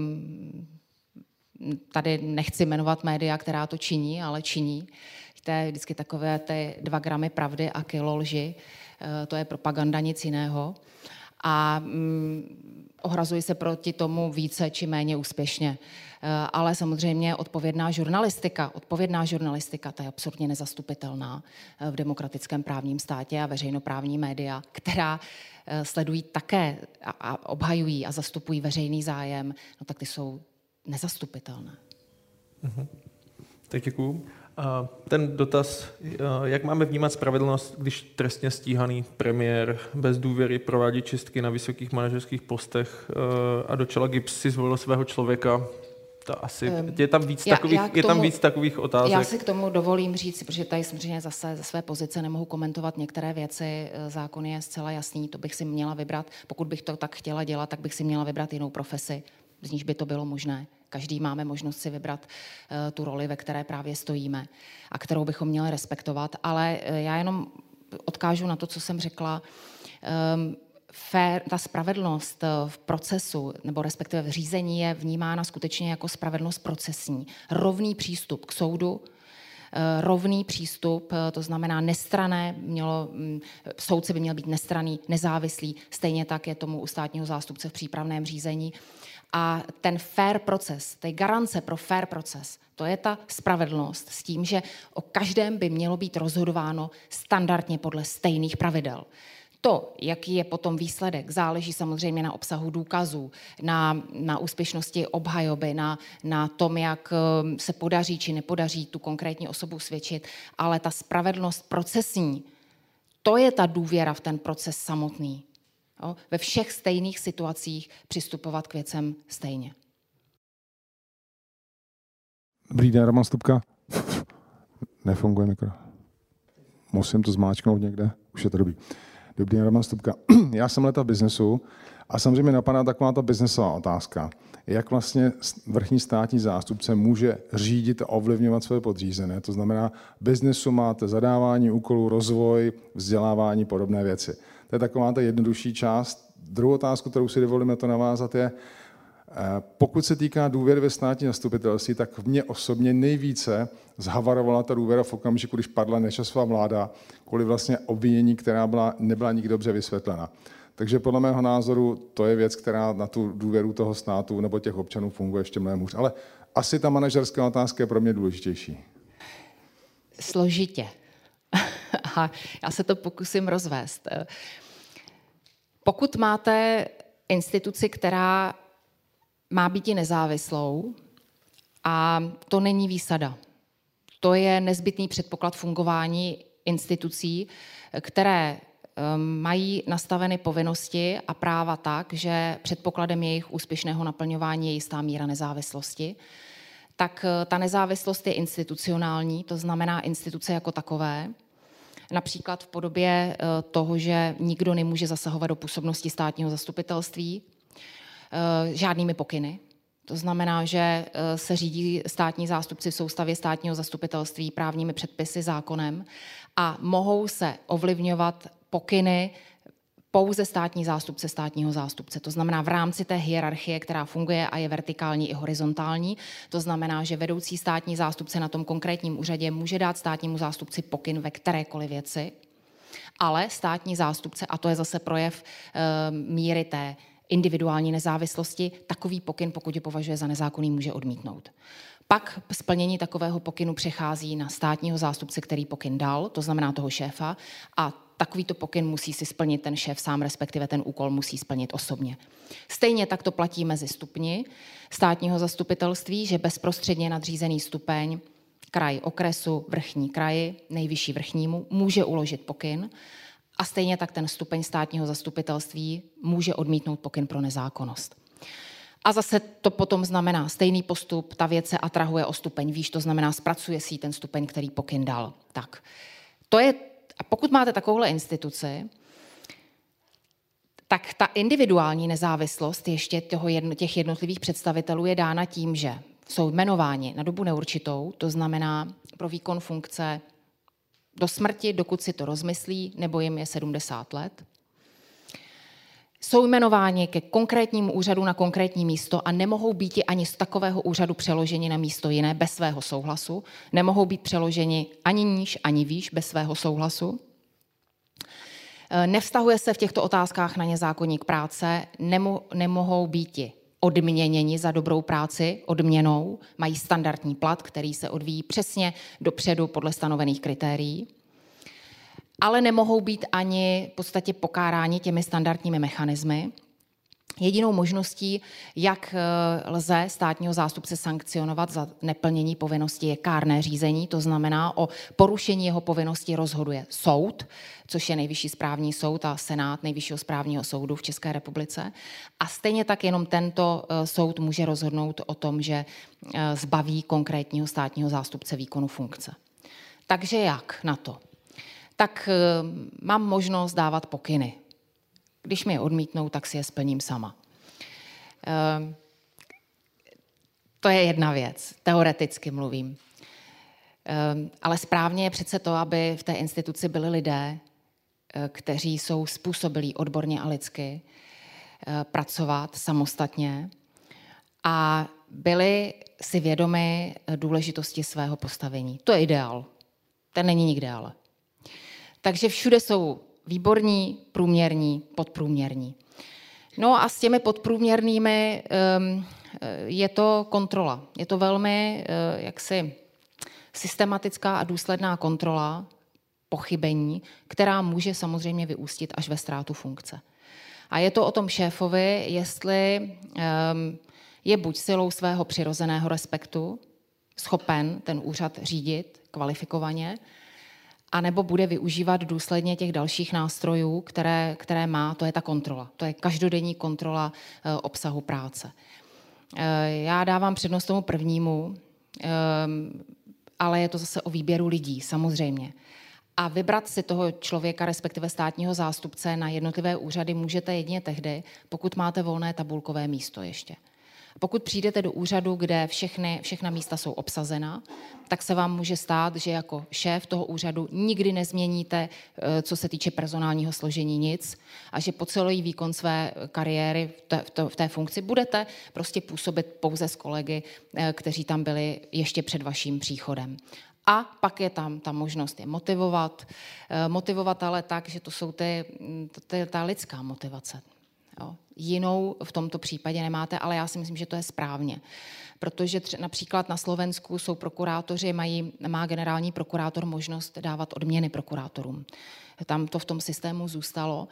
tady nechci jmenovat média, která to činí, ale činí. To je vždycky takové ty 2 gramy pravdy a kilo lži. To je propaganda, nic jiného. A ohrazuji se proti tomu více či méně úspěšně. Ale samozřejmě odpovědná žurnalistika, ta je absolutně nezastupitelná v demokratickém právním státě a veřejnoprávní média, která sledují také a obhajují a zastupují veřejný zájem, no tak ty jsou nezastupitelné. Tak děkuju. Ten dotaz, jak máme vnímat spravedlnost, když trestně stíhaný premiér bez důvěry provádí čistky na vysokých manažerských postech a do čela GIBS si zvolil svého člověka? Je tam víc takových otázek. Já si k tomu dovolím říct, protože tady samozřejmě zase ze své pozice nemohu komentovat některé věci. Zákon je zcela jasný, to bych si měla vybrat. Pokud bych to tak chtěla dělat, tak bych si měla vybrat jinou profesi, z níž by to bylo možné. Každý máme možnost si vybrat tu roli, ve které právě stojíme a kterou bychom měli respektovat. Ale já jenom odkážu na to, co jsem řekla. Ta spravedlnost v procesu, nebo respektive v řízení je vnímána skutečně jako spravedlnost procesní. Rovný přístup k soudu, rovný přístup, to znamená nestranné, soudce by měl být nestranný, nezávislý, stejně tak je tomu u státního zástupce v přípravném řízení. A ten fair proces, ty garance pro fair proces, to je ta spravedlnost s tím, že o každém by mělo být rozhodováno standardně podle stejných pravidel. To, jaký je potom výsledek, záleží samozřejmě na obsahu důkazů, na úspěšnosti obhajoby, na tom, jak se podaří či nepodaří tu konkrétní osobu svědčit, ale ta spravedlnost procesní, to je ta důvěra v ten proces samotný. Jo? Ve všech stejných situacích přistupovat k věcem stejně. Dobrý den, Roman Stupka. Nefunguje mikro. Musím to zmáčknout někde, už je to dobrý. Dobrý den, Roman Stupka. Já jsem leta v biznesu a samozřejmě napadá taková ta biznesová otázka. Jak vlastně vrchní státní zástupce může řídit a ovlivňovat své podřízené? To znamená, v biznesu máte zadávání úkolů, rozvoj, vzdělávání, podobné věci. To je taková ta jednodušší část. Druhou otázku, kterou si dovolím na to navázat, je, pokud se týká důvěry ve státní zastupitelství, tak mě osobně nejvíce zhavarovala ta důvěra v okamžiku, když padla Nečasova vláda, kvůli vlastně obvinění, která nebyla nikdy dobře vysvětlena. Takže podle mého názoru to je věc, která na tu důvěru toho státu nebo těch občanů funguje ještě mnohem hůř. Ale asi ta manažerská otázka je pro mě důležitější. Složitě. A já se to pokusím rozvést. Pokud máte instituci, která má být i nezávislou, a to není výsada. To je nezbytný předpoklad fungování institucí, které mají nastaveny povinnosti a práva tak, že předpokladem jejich úspěšného naplňování je jistá míra nezávislosti, tak ta nezávislost je institucionální, to znamená instituce jako takové, například v podobě toho, že nikdo nemůže zasahovat do působnosti státního zastupitelství žádnými pokyny. To znamená, že se řídí státní zástupci v soustavě státního zastupitelství právními předpisy, zákonem a mohou se ovlivňovat pokyny pouze státní zástupce státního zástupce. To znamená v rámci té hierarchie, která funguje a je vertikální i horizontální. To znamená, že vedoucí státní zástupce na tom konkrétním úřadě může dát státnímu zástupci pokyn ve kterékoliv věci, ale státní zástupce, a to je zase projev míry té individuální nezávislosti, takový pokyn, pokud je považuje za nezákonný, může odmítnout. Pak splnění takového pokynu přechází na státního zástupce, který pokyn dal, to znamená toho šéfa, a takovýto pokyn musí si splnit ten šéf sám, respektive ten úkol musí splnit osobně. Stejně tak to platí mezi stupni státního zastupitelství, že bezprostředně nadřízený stupeň, kraj okresu, vrchní kraji, nejvyšší vrchnímu, může uložit pokyn a stejně tak ten stupeň státního zastupitelství může odmítnout pokyn pro nezákonnost. A zase to potom znamená stejný postup, ta věc se atrahuje o stupeň výš, to znamená zpracuje si ten stupeň, který pokyn dal. Tak. To je, a pokud máte takovouhle instituci, tak ta individuální nezávislost ještě těch jednotlivých představitelů je dána tím, že jsou jmenováni na dobu neurčitou, to znamená pro výkon funkce do smrti, dokud si to rozmyslí, nebo jim je 70 let. Jsou jmenováni ke konkrétnímu úřadu na konkrétní místo a nemohou být ani z takového úřadu přeloženi na místo jiné bez svého souhlasu. Nemohou být přeloženi ani níž, ani výš bez svého souhlasu. Nevztahuje se v těchto otázkách na ně zákoník práce, nemohou být odměněni za dobrou práci odměnou, mají standardní plat, který se odvíjí přesně dopředu podle stanovených kritérií, ale nemohou být ani v podstatě pokáráni těmi standardními mechanismy. Jedinou možností, jak lze státního zástupce sankcionovat za neplnění povinnosti, je kárné řízení, to znamená, o porušení jeho povinnosti rozhoduje soud, což je Nejvyšší správní soud a Senát Nejvyššího správního soudu v České republice. A stejně tak jenom tento soud může rozhodnout o tom, že zbaví konkrétního státního zástupce výkonu funkce. Takže jak na to? Tak mám možnost dávat pokyny. Když mi je odmítnou, tak si je splním sama. To je jedna věc, teoreticky mluvím. Ale správně je přece to, aby v té instituci byli lidé, kteří jsou způsobilí odborně a lidsky pracovat samostatně a byli si vědomi důležitosti svého postavení. To je ideál. Ten není nikde ale. Takže všude jsou výborní, průměrní, podprůměrní. No a s těmi podprůměrnými je to kontrola. Je to velmi jaksi systematická a důsledná kontrola pochybení, která může samozřejmě vyústit až ve ztrátu funkce. A je to o tom šéfovi, jestli je buď silou svého přirozeného respektu schopen ten úřad řídit kvalifikovaně, anebo bude využívat důsledně těch dalších nástrojů, které má, to je ta kontrola. To je každodenní kontrola obsahu práce. Já dávám přednost tomu prvnímu, ale je to zase o výběru lidí, samozřejmě. A vybrat si toho člověka, respektive státního zástupce na jednotlivé úřady můžete jedině tehdy, pokud máte volné tabulkové místo ještě. Pokud přijdete do úřadu, kde všechna místa jsou obsazena, tak se vám může stát, že jako šéf toho úřadu nikdy nezměníte, co se týče personálního složení, nic a že po celý výkon své kariéry v té funkci budete prostě působit pouze s kolegy, kteří tam byli ještě před vaším příchodem. A pak je tam ta možnost je motivovat ale tak, že to jsou ta lidská motivace. Jo. Jinou v tomto případě nemáte, ale já si myslím, že to je správně. Protože například na Slovensku jsou prokurátoři, má generální prokurátor možnost dávat odměny prokurátorům. Tam to v tom systému zůstalo.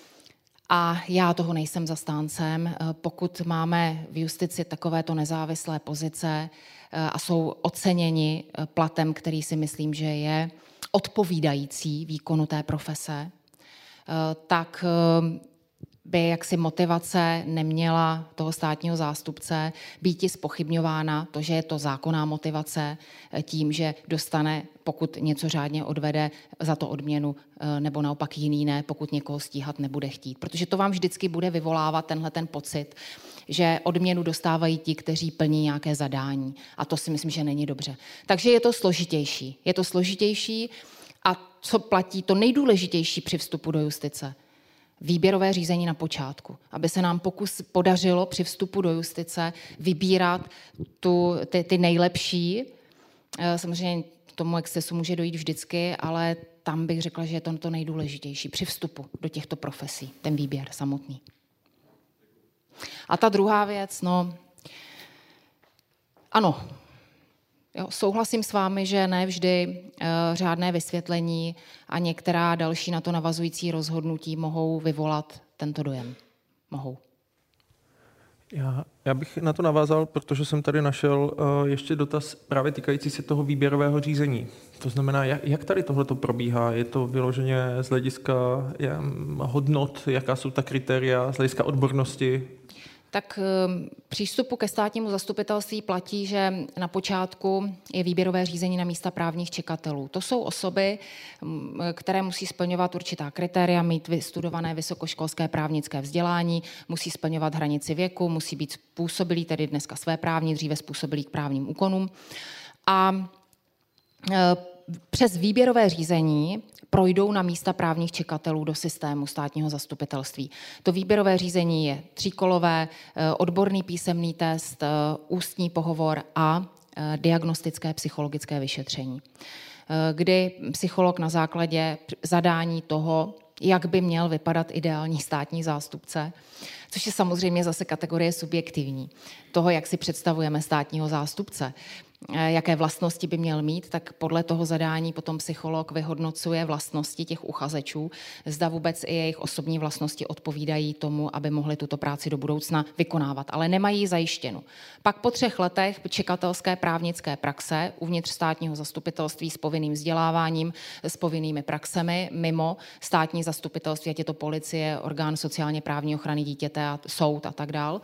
A já toho nejsem zastáncem. Pokud máme v justici takovéto nezávislé pozice a jsou oceněni platem, který si myslím, že je odpovídající výkonu té profese, tak by jaksi motivace neměla toho státního zástupce být zpochybňována, to, že je to zákonná motivace tím, že dostane, pokud něco řádně odvede, za to odměnu, nebo naopak jiný ne, pokud někoho stíhat nebude chtít. Protože to vám vždycky bude vyvolávat tenhle ten pocit, že odměnu dostávají ti, kteří plní nějaké zadání. A to si myslím, že není dobře. Takže je to složitější. Je to složitější a co platí to nejdůležitější při vstupu do justice? Výběrové řízení na počátku, aby se nám podařilo při vstupu do justice vybírat ty nejlepší. Samozřejmě tomu excesu může dojít vždycky, ale tam bych řekla, že je to nejdůležitější při vstupu do těchto profesí, ten výběr samotný. A ta druhá věc, no, ano, jo, souhlasím s vámi, že ne vždy řádné vysvětlení a některá další na to navazující rozhodnutí mohou vyvolat tento dojem. Mohou. Já bych na to navázal, protože jsem tady našel ještě dotaz právě týkající se toho výběrového řízení. To znamená, jak tady tohleto probíhá? Je to vyloženě z hlediska hodnot, jaká jsou ta kritéria, z hlediska odbornosti? Tak přístupu ke státnímu zastupitelství platí, že na počátku je výběrové řízení na místa právních čekatelů. To jsou osoby, které musí splňovat určitá kritéria, mít vystudované vysokoškolské právnické vzdělání, musí splňovat hranici věku, musí být způsobilí, tedy dneska svéprávní, dříve způsobilí k právním úkonům. A přes výběrové řízení projdou na místa právních čekatelů do systému státního zastupitelství. To výběrové řízení je tříkolové, odborný písemný test, ústní pohovor a diagnostické psychologické vyšetření, kdy psycholog na základě zadání toho, jak by měl vypadat ideální státní zástupce, což je samozřejmě zase kategorie subjektivní, toho, jak si představujeme státního zástupce, jaké vlastnosti by měl mít, tak podle toho zadání potom psycholog vyhodnocuje vlastnosti těch uchazečů, zda vůbec i jejich osobní vlastnosti odpovídají tomu, aby mohli tuto práci do budoucna vykonávat, ale nemají ji zajištěnu. Pak po 3 letech čekatelské právnické praxe uvnitř státního zastupitelství s povinným vzděláváním, s povinnými praxemi mimo státní zastupitelství, ať je to policie, orgán sociálně právní ochrany dítěte, soud a tak dál,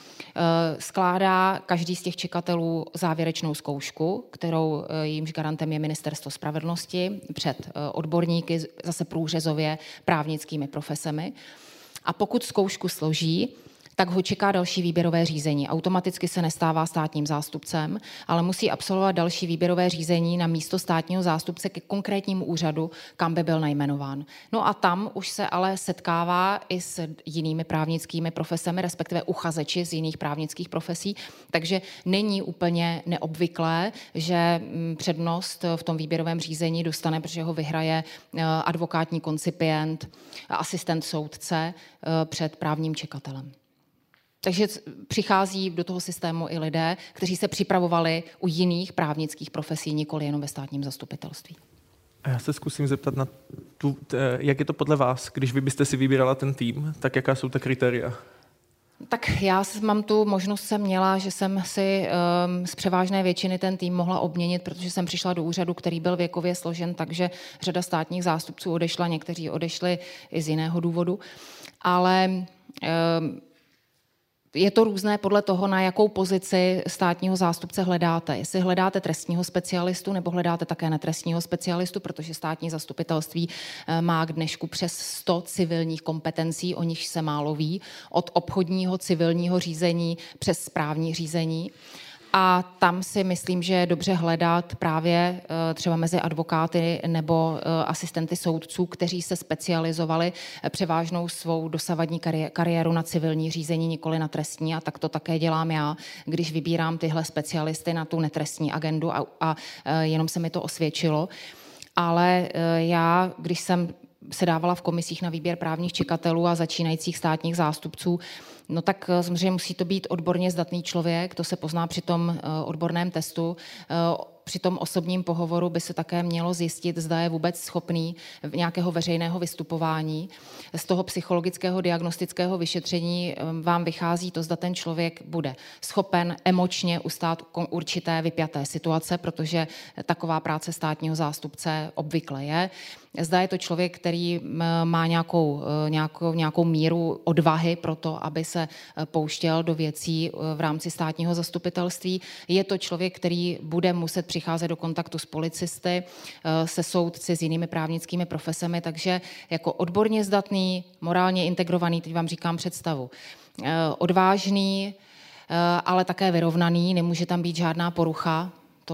skládá každý z těch čekatelů závěrečnou zkoušku, kterou jímž garantem je Ministerstvo spravedlnosti před odborníky, zase průřezově právnickými profesemi. A pokud zkoušku složí, tak ho čeká další výběrové řízení. Automaticky se nestává státním zástupcem, ale musí absolvovat další výběrové řízení na místo státního zástupce ke konkrétnímu úřadu, kam by byl najmenován. No a tam už se ale setkává i s jinými právnickými profesemi, respektive uchazeči z jiných právnických profesí, takže není úplně neobvyklé, že přednost v tom výběrovém řízení dostane, protože ho vyhraje advokátní koncipient, asistent soudce před právním čekatelem. Takže přichází do toho systému i lidé, kteří se připravovali u jiných právnických profesí, nikoli jenom ve státním zastupitelství. A já se zkusím zeptat na jak je to podle vás, když vy byste si vybírala ten tým, tak jaká jsou ta kritéria? Tak já mám tu možnost, jsem měla, že jsem si z převážné většiny ten tým mohla obměnit, protože jsem přišla do úřadu, který byl věkově složen, takže řada státních zástupců odešla, někteří odešli i z jiného důvodu, ale je to různé podle toho, na jakou pozici státního zástupce hledáte. Jestli hledáte trestního specialistu nebo hledáte také netrestního specialistu, protože státní zastupitelství má k dnešku přes 100 civilních kompetencí, o nich se málo ví, od obchodního civilního řízení přes správní řízení. A tam si myslím, že je dobře hledat právě třeba mezi advokáty nebo asistenty soudců, kteří se specializovali převážnou svou dosavadní kariéru na civilní řízení, nikoli na trestní. A tak to také dělám já, když vybírám tyhle specialisty na tu netrestní agendu a jenom se mi to osvědčilo. Ale já, když jsem se dávala v komisích na výběr právních čekatelů a začínajících státních zástupců, no tak samozřejmě musí to být odborně zdatný člověk, to se pozná při tom odborném testu. při tom osobním pohovoru by se také mělo zjistit, zda je vůbec schopný nějakého veřejného vystupování. Z toho psychologického diagnostického vyšetření vám vychází to, zda ten člověk bude schopen emočně ustát určité vypjaté situace, protože taková práce státního zástupce obvykle je. Zda je to člověk, který má nějakou míru odvahy pro to, aby se pouštěl do věcí v rámci státního zastupitelství. Je to člověk, který bude muset přicházet do kontaktu s policisty, se soudci, s jinými právnickými profesemi, takže jako odborně zdatný, morálně integrovaný, teď vám říkám představu, odvážný, ale také vyrovnaný, nemůže tam být žádná porucha,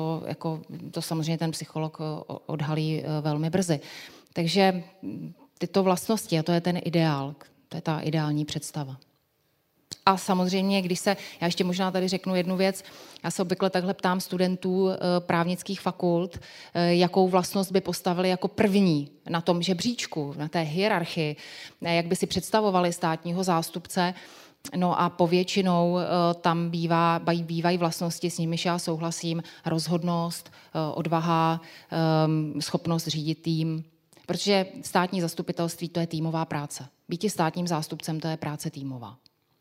to samozřejmě ten psycholog odhalí velmi brzy. Takže tyto vlastnosti, a to je ten ideál, to je ta ideální představa. A samozřejmě, já ještě možná tady řeknu jednu věc, já se obvykle takhle ptám studentů právnických fakult, jakou vlastnost by postavili jako první na tom žebříčku, na té hierarchii, jak by si představovali státního zástupce. No a povětšinou tam bývají vlastnosti, s nimiž já souhlasím, rozhodnost, odvaha, schopnost řídit tým, protože státní zastupitelství to je týmová práce. Být státním zástupcem, to je práce týmová.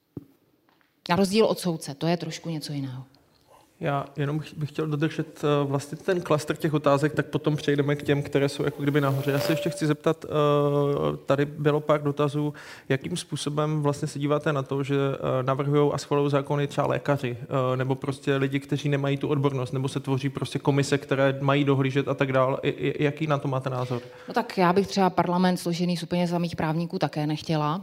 Na rozdíl od soudce, to je trošku něco jiného. Já jenom bych chtěl dodržet vlastně ten klaster těch otázek, tak potom přejdeme k těm, které jsou jako kdyby nahoře. Já se ještě chci zeptat, tady bylo pár dotazů, jakým způsobem vlastně se díváte na to, že navrhují a schvalují zákony třeba lékaři, nebo prostě lidi, kteří nemají tu odbornost, nebo se tvoří prostě komise, které mají dohlížet a tak dále. Jaký na to máte názor? No tak já bych třeba parlament složený z úplně samých právníků také nechtěla.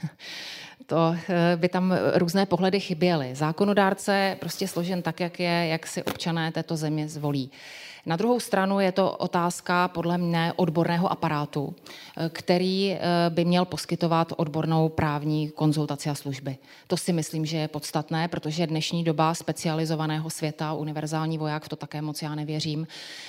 To by tam různé pohledy chyběly. Zákonodárce prostě složen tak, jak si občané této země zvolí. Na druhou stranu je to otázka podle mne odborného aparátu, který by měl poskytovat odbornou právní konzultaci a služby. To si myslím, že je podstatné, protože dnešní doba specializovaného světa, univerzální voják, v to také moc já nevěřím,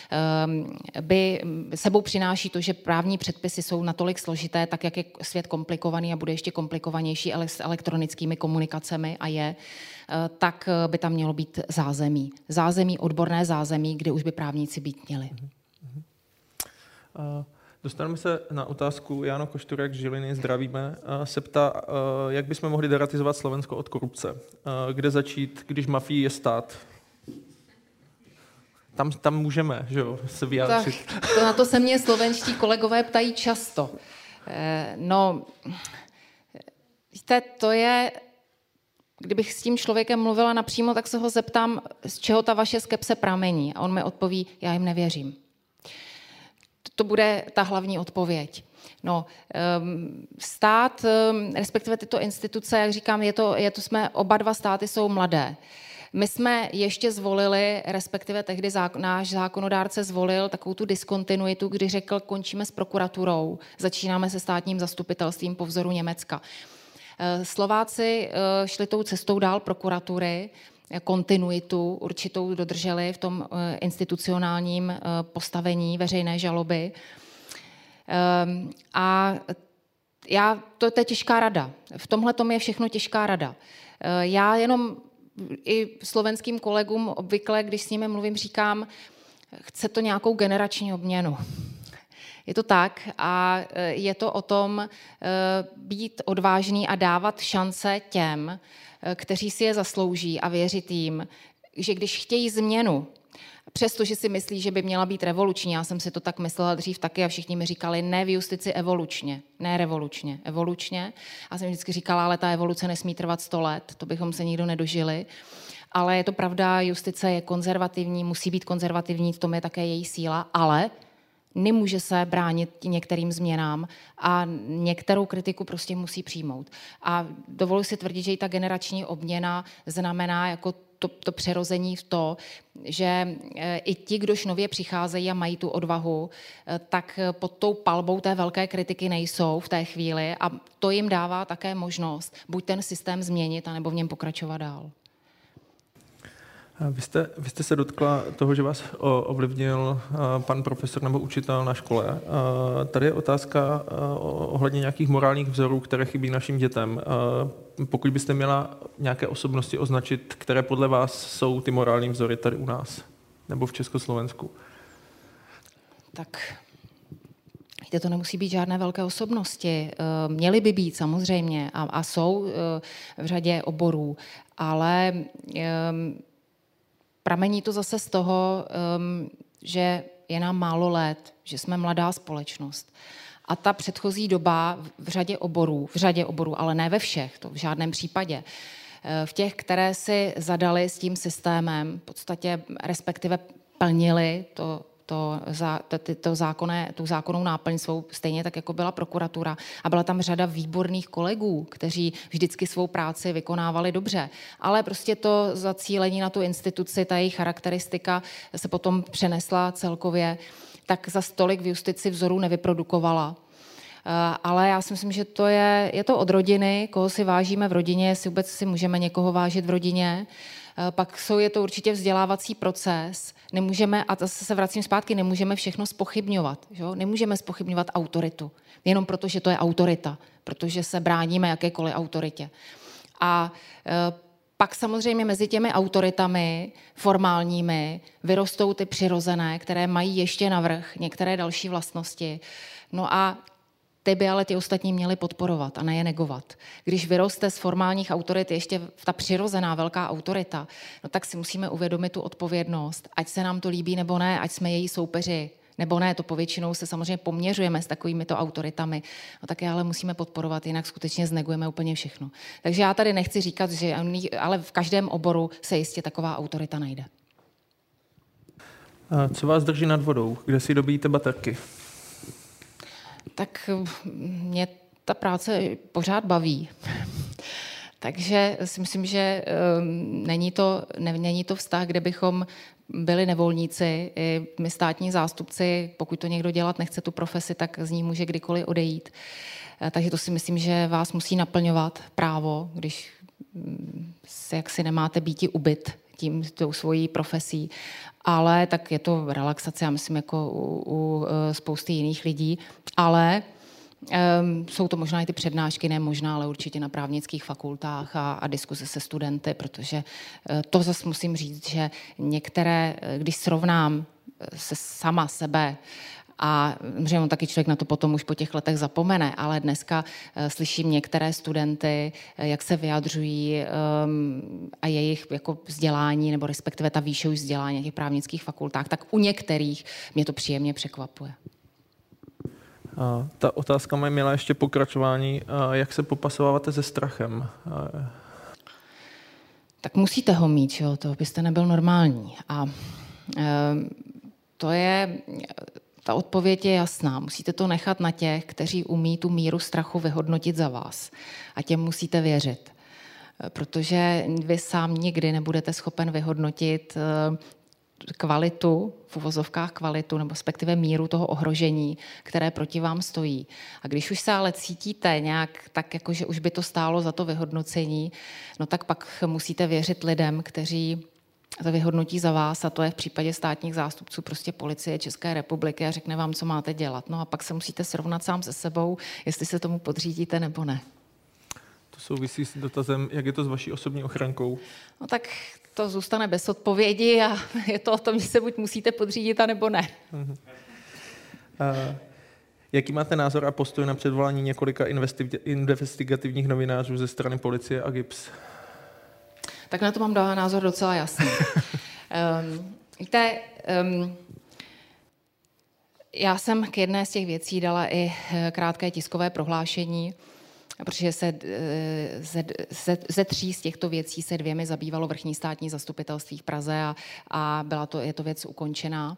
by sebou přináší to, že právní předpisy jsou natolik složité, tak jak je svět komplikovaný a bude ještě komplikovanější s elektronickými komunikacemi a je, tak by tam mělo být zázemí, odborné zázemí, kde už by právníci být měli. Dostaneme se na otázku. Jáno Košturek z Žiliny, zdravíme, se ptá, jak bychom mohli deratizovat Slovensko od korupce. Kde začít, když mafii je stát? Tam můžeme, že jo, se vyjádřit. Tak, na to se mě slovenští kolegové ptají často. Víte, to je... Kdybych s tím člověkem mluvila napřímo, tak se ho zeptám, z čeho ta vaše skepse pramení. A on mi odpoví, já jim nevěřím. To bude ta hlavní odpověď. Stát, respektive tyto instituce, jak říkám, jsme oba dva státy jsou mladé. My jsme ještě zvolili, respektive tehdy náš zákonodárce zvolil takovou tu diskontinuitu, kdy řekl, končíme s prokuraturou, začínáme se státním zastupitelstvím po vzoru Německa. Slováci šli tou cestou dál prokuratury, kontinuitu určitou dodrželi v tom institucionálním postavení veřejné žaloby. A to je těžká rada. V tomhle tom je všechno těžká rada. Já jenom i slovenským kolegům obvykle, když s nimi mluvím, říkám, chce to nějakou generační obměnu. Je to tak a je to o tom být odvážný a dávat šance těm, kteří si je zaslouží a věřit jim, že když chtějí změnu, přestože si myslí, že by měla být revoluční, já jsem si to tak myslela dřív taky a všichni mi říkali, ne v justici evolučně, ne revolučně, evolučně. A jsem vždycky říkala, ale ta evoluce nesmí trvat 100 let, to bychom se nikdo nedožili. Ale je to pravda, justice je konzervativní, musí být konzervativní, v tom je také její síla, ale nemůže se bránit některým změnám a některou kritiku prostě musí přijmout. A dovoluji si tvrdit, že i ta generační obměna znamená jako to přerození v to, že i ti, kdož nově přicházejí a mají tu odvahu, tak pod tou palbou té velké kritiky nejsou v té chvíli a to jim dává také možnost buď ten systém změnit, anebo v něm pokračovat dál. Vy jste se dotkla toho, že vás ovlivnil pan profesor nebo učitel na škole. Tady je otázka ohledně nějakých morálních vzorů, které chybí našim dětem. Pokud byste měla nějaké osobnosti označit, které podle vás jsou ty morální vzory tady u nás, nebo v Československu? Tak víte, to nemusí být žádné velké osobnosti. Měly by být samozřejmě a jsou v řadě oborů, ale pramení to zase z toho, že je nám málo let, že jsme mladá společnost. A ta předchozí doba v řadě oborů, ale ne ve všech, to v žádném případě, v těch, které si zadali s tím systémem, v podstatě respektive plnili tu zákonnou náplň svou, stejně tak, jako byla prokuratura. A byla tam řada výborných kolegů, kteří vždycky svou práci vykonávali dobře. Ale prostě to zacílení na tu instituci, ta její charakteristika se potom přenesla celkově, tak za stolik v justici vzorů nevyprodukovala. Ale já si myslím, že je to od rodiny, koho si vážíme v rodině, jestli vůbec si můžeme někoho vážit v rodině. Pak je to určitě vzdělávací proces. Nemůžeme, a zase se vracím zpátky, nemůžeme všechno zpochybňovat. Že? Nemůžeme zpochybňovat autoritu. Jenom proto, že to je autorita. Protože se bráníme jakékoliv autoritě. A pak samozřejmě mezi těmi autoritami formálními vyrostou ty přirozené, které mají ještě navrch některé další vlastnosti. No a ty by ale ty ostatní měli podporovat a ne je negovat. Když vyroste z formálních autorit ještě ta přirozená velká autorita, no tak si musíme uvědomit tu odpovědnost, ať se nám to líbí nebo ne, ať jsme její soupeři nebo ne, to povětšinou se samozřejmě poměřujeme s takovýmito autoritami, no tak je ale musíme podporovat, jinak skutečně znegujeme úplně všechno. Takže já tady nechci říkat, že ale v každém oboru se jistě taková autorita najde. A co vás drží nad vodou? Kde si dobíjíte baterky? Tak mě ta práce pořád baví. Takže si myslím, že není to vztah, kde bychom byli nevolníci. I my státní zástupci, pokud to někdo dělat nechce tu profesi, tak z ní může kdykoliv odejít. Takže to si myslím, že vás musí naplňovat právo, když jaksi nemáte býti ubyt tou svojí profesí. Ale tak je to relaxace, já myslím, jako u spousty jiných lidí. Ale jsou to možná i ty přednášky, ne možná, ale určitě na právnických fakultách a diskuze se studenty, protože to zase musím říct, že některé, když srovnám se sama sebe, a že on taky člověk na to potom už po těch letech zapomene, ale dneska slyším některé studenty, jak se vyjadřují a jejich jako vzdělání, nebo respektive ta výše už vzdělání na těch právnických fakultách, tak u některých mě to příjemně překvapuje. A ta otázka mě měla ještě pokračování. Jak se popasováváte se strachem? Tak musíte ho mít, jo? To byste nebyl normální. A ta odpověď je jasná. Musíte to nechat na těch, kteří umí tu míru strachu vyhodnotit za vás. A těm musíte věřit. Protože vy sám nikdy nebudete schopen vyhodnotit kvalitu, v uvozovkách kvalitu, nebo respektive míru toho ohrožení, které proti vám stojí. A když už se ale cítíte nějak tak, jako že už by to stálo za to vyhodnocení, no tak pak musíte věřit lidem, kteří to vyhodnotí za vás, a to je v případě státních zástupců prostě Policie České republiky a řekne vám, co máte dělat. No a pak se musíte srovnat sám se sebou, jestli se tomu podřídíte nebo ne. To souvisí s dotazem, jak je to s vaší osobní ochrankou? No tak to zůstane bez odpovědi a je to o tom, že se buď musíte podřídit, anebo ne. Jaký máte názor a postoj na předvolání několika investigativních novinářů ze strany policie a GIBS? Tak na to mám názor docela jasný. Víte, já jsem k jedné z těch věcí dala i krátké tiskové prohlášení, protože ze 3 z těchto věcí se 2 zabývalo vrchní státní zastupitelství v Praze a je to věc ukončená.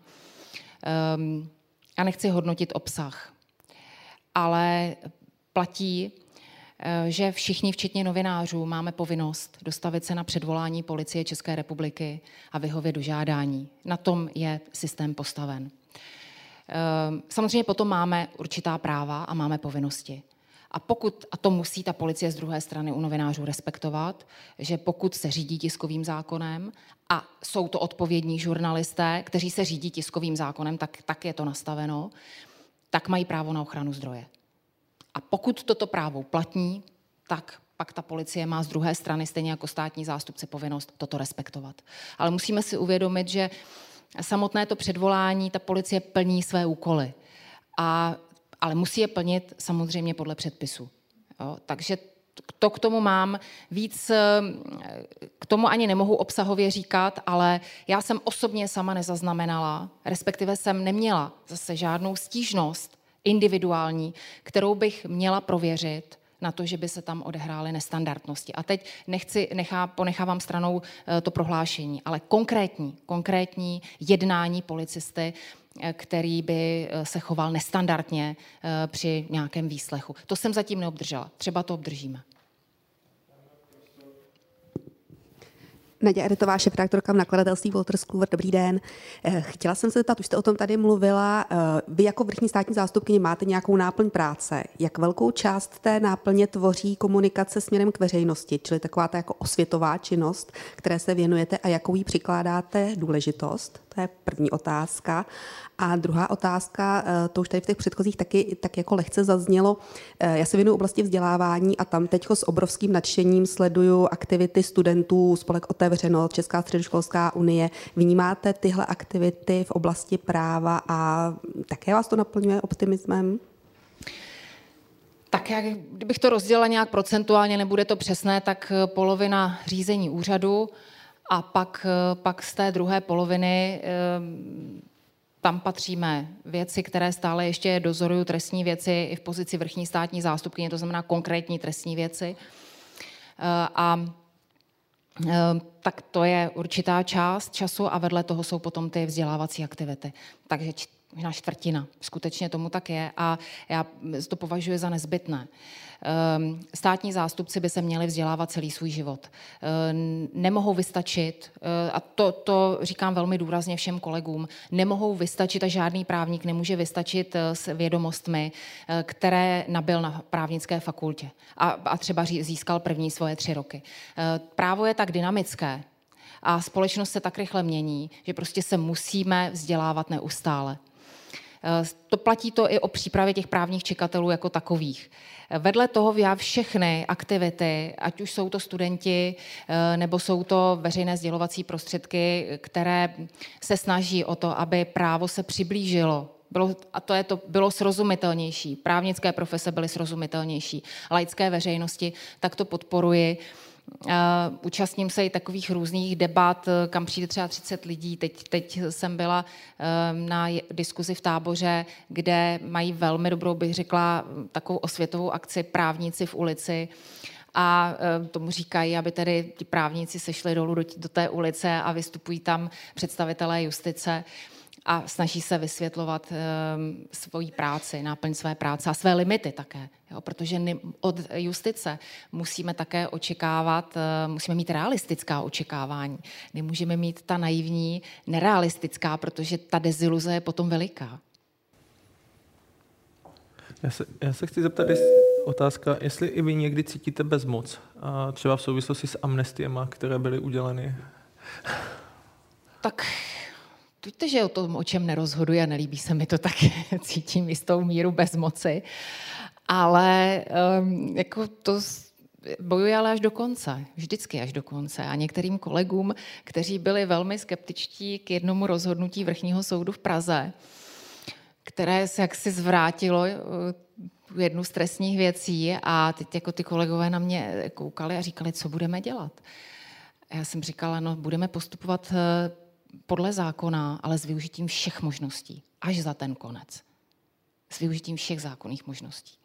Já nechci hodnotit obsah, ale platí, že všichni, včetně novinářů, máme povinnost dostavit se na předvolání Policie České republiky a vyhovět dožádání. Na tom je systém postaven. Samozřejmě potom máme určitá práva a máme povinnosti. A to musí ta policie z druhé strany u novinářů respektovat, že pokud se řídí tiskovým zákonem a jsou to odpovědní žurnalisté, kteří se řídí tiskovým zákonem, tak je to nastaveno, tak mají právo na ochranu zdroje. A pokud toto právo uplatní, tak pak ta policie má z druhé strany, stejně jako státní zástupce, povinnost toto respektovat. Ale musíme si uvědomit, že samotné to předvolání, ta policie plní své úkoly. Ale musí je plnit samozřejmě podle předpisu. Jo? Takže to k tomu mám víc, k tomu ani nemohu obsahově říkat, ale já jsem osobně sama nezaznamenala, respektive jsem neměla zase žádnou stížnost individuální, kterou bych měla prověřit na to, že by se tam odehrály nestandardnosti. A teď ponechávám stranou to prohlášení, ale konkrétní jednání policisty, který by se choval nestandardně při nějakém výslechu. To jsem zatím neobdržela. Třeba to obdržíme. Naděja Eritová, šéfredaktorka v nakladatelství Wolters Kluwer. Dobrý den. Chtěla jsem se zeptat, už jste o tom tady mluvila, vy jako vrchní státní zástupkyně máte nějakou náplň práce. Jak velkou část té náplně tvoří komunikace směrem k veřejnosti, čili taková ta jako osvětová činnost, které se věnujete a jakou jí přikládáte důležitost? To je první otázka. A druhá otázka, to už tady v těch předchozích taky tak jako lehce zaznělo. Já se věnuju oblasti vzdělávání a tam teď s obrovským nadšením sleduju aktivity studentů, Spolek Otevřeno, Česká středoškolská unie. Vnímáte tyhle aktivity v oblasti práva a také vás to naplňuje optimismem? Tak kdybych to rozdělila nějak procentuálně, nebude to přesné, tak polovina řízení úřadu a pak z té druhé poloviny tam patříme věci, které stále ještě dozorují trestní věci i v pozici vrchní státní zástupkyně, to znamená konkrétní trestní věci. Tak to je určitá část času a vedle toho jsou potom ty vzdělávací aktivity. Takže možná čtvrtina. Skutečně tomu tak je a já to považuji za nezbytné. Státní zástupci by se měli vzdělávat celý svůj život. Nemohou vystačit, a to říkám velmi důrazně všem kolegům, nemohou vystačit a žádný právník nemůže vystačit s vědomostmi, které nabyl na právnické fakultě a třeba získal první svoje 3 roky. Právo je tak dynamické a společnost se tak rychle mění, že prostě se musíme vzdělávat neustále. To platí to i o přípravě těch právních čekatelů jako takových. Vedle toho já všechny aktivity, ať už jsou to studenti, nebo jsou to veřejné sdělovací prostředky, které se snaží o to, aby právo se přiblížilo. Bylo srozumitelnější, právnické profese byly srozumitelnější, laické veřejnosti, tak to podporuji. Účastním se i takových různých debat, kam přijde třeba 30 lidí. Teď jsem byla na diskuzi v Táboře, kde mají velmi dobrou, bych řekla, takovou osvětovou akci Právníci v ulici. A tomu říkají, aby tedy ti právníci sešli dolů do té ulice a vystupují tam představitelé justice a snaží se vysvětlovat svoji práci, náplň své práce a své limity také. Jo, protože od justice musíme také očekávat, musíme mít realistická očekávání. Nemůžeme mít ta naivní, nerealistická, protože ta deziluze je potom veliká. Já se chci zeptat, otázka, jestli i vy někdy cítíte bezmoc, a třeba v souvislosti s amnestiema, které byly uděleny. Tak víte, že o tom, o čem nerozhoduje a nelíbí se mi to, tak cítím jistou míru bezmoci. Ale jako to bojuje ale až do konce, vždycky až do konce. A některým kolegům, kteří byli velmi skeptičtí k jednomu rozhodnutí Vrchního soudu v Praze, které se jaksi zvrátilo jednu z trestních věcí a teď jako ty kolegové na mě koukali a říkali, co budeme dělat. A já jsem říkala, no budeme postupovat podle zákona, ale s využitím všech možností, až za ten konec. S využitím všech zákonných možností.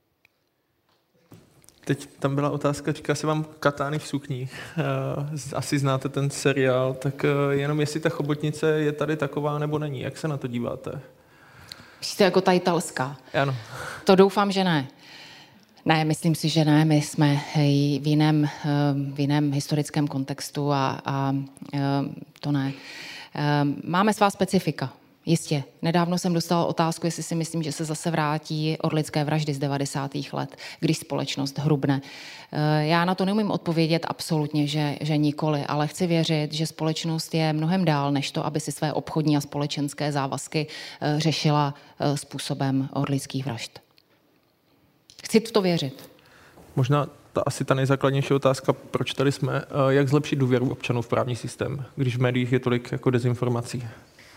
Teď tam byla otázka, říká se vám Katány v sukních. Asi znáte ten seriál, tak jenom jestli ta chobotnice je tady taková nebo není. Jak se na to díváte? Myslíte jako ta italská? Ano. To doufám, že ne. Ne, myslím si, že ne. My jsme v jiném historickém kontextu a to ne. Máme svá specifika. Jistě. Nedávno jsem dostala otázku, jestli si myslím, že se zase vrátí orlické vraždy z 90. let, když společnost hrubne. Já na to neumím odpovědět absolutně, že nikoli, ale chci věřit, že společnost je mnohem dál, než to, aby si své obchodní a společenské závazky řešila způsobem orlických vražd. Chci v to věřit. Možná asi ta nejzákladnější otázka, proč tady jsme, jak zlepšit důvěru občanů v právní systém, když v médiích je tolik jako dezinformací?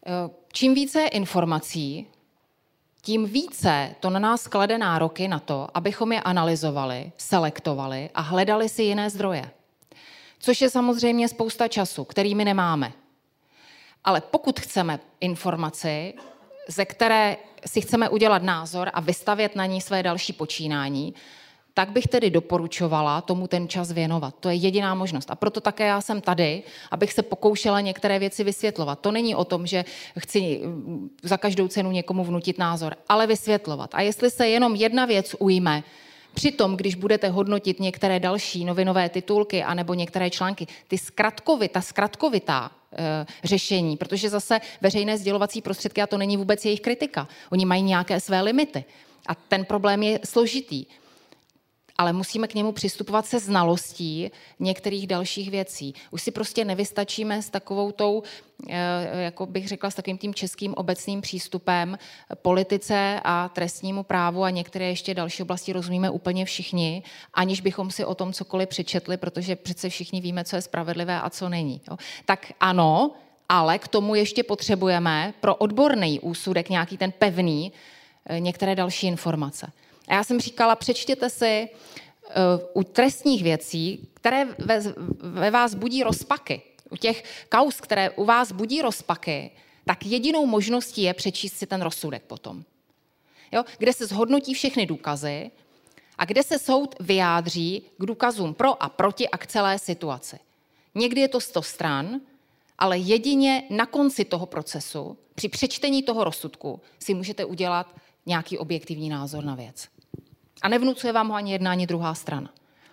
Čím více informací, tím více to na nás klade nároky na to, abychom je analyzovali, selektovali a hledali si jiné zdroje. Což je samozřejmě spousta času, který my nemáme. Ale pokud chceme informaci, ze které si chceme udělat názor a vystavět na ní své další počínání, tak bych tedy doporučovala tomu ten čas věnovat. To je jediná možnost. A proto také já jsem tady, abych se pokoušela některé věci vysvětlovat. To není o tom, že chci za každou cenu někomu vnutit názor, ale vysvětlovat. A jestli se jenom jedna věc ujme, přitom, když budete hodnotit některé další novinové titulky anebo některé články, ta zkratkovitá řešení, protože zase veřejné sdělovací prostředky, a to není vůbec jejich kritika, oni mají nějaké své limity. A ten problém je složitý. Ale musíme k němu přistupovat se znalostí některých dalších věcí. Už si prostě nevystačíme s takovou tou, jako bych řekla, s takovým tím českým obecným přístupem politice a trestnímu právu a některé ještě další oblasti rozumíme úplně všichni, aniž bychom si o tom cokoliv přečetli, protože přece všichni víme, co je spravedlivé a co není. Jo? Tak ano, ale k tomu ještě potřebujeme pro odborný úsudek, nějaký ten pevný, některé další informace. A já jsem říkala, přečtěte si u trestních věcí, které ve vás budí rozpaky, u těch kauz, které u vás budí rozpaky, tak jedinou možností je přečíst si ten rozsudek potom. Jo? Kde se zhodnotí všechny důkazy a kde se soud vyjádří k důkazům pro a proti a k celé situaci. Někdy je to 100 stran, ale jedině na konci toho procesu, při přečtení toho rozsudku, si můžete udělat nějaký objektivní názor na věc. A nevnucuje vám ho ani jedna, ani druhá strana.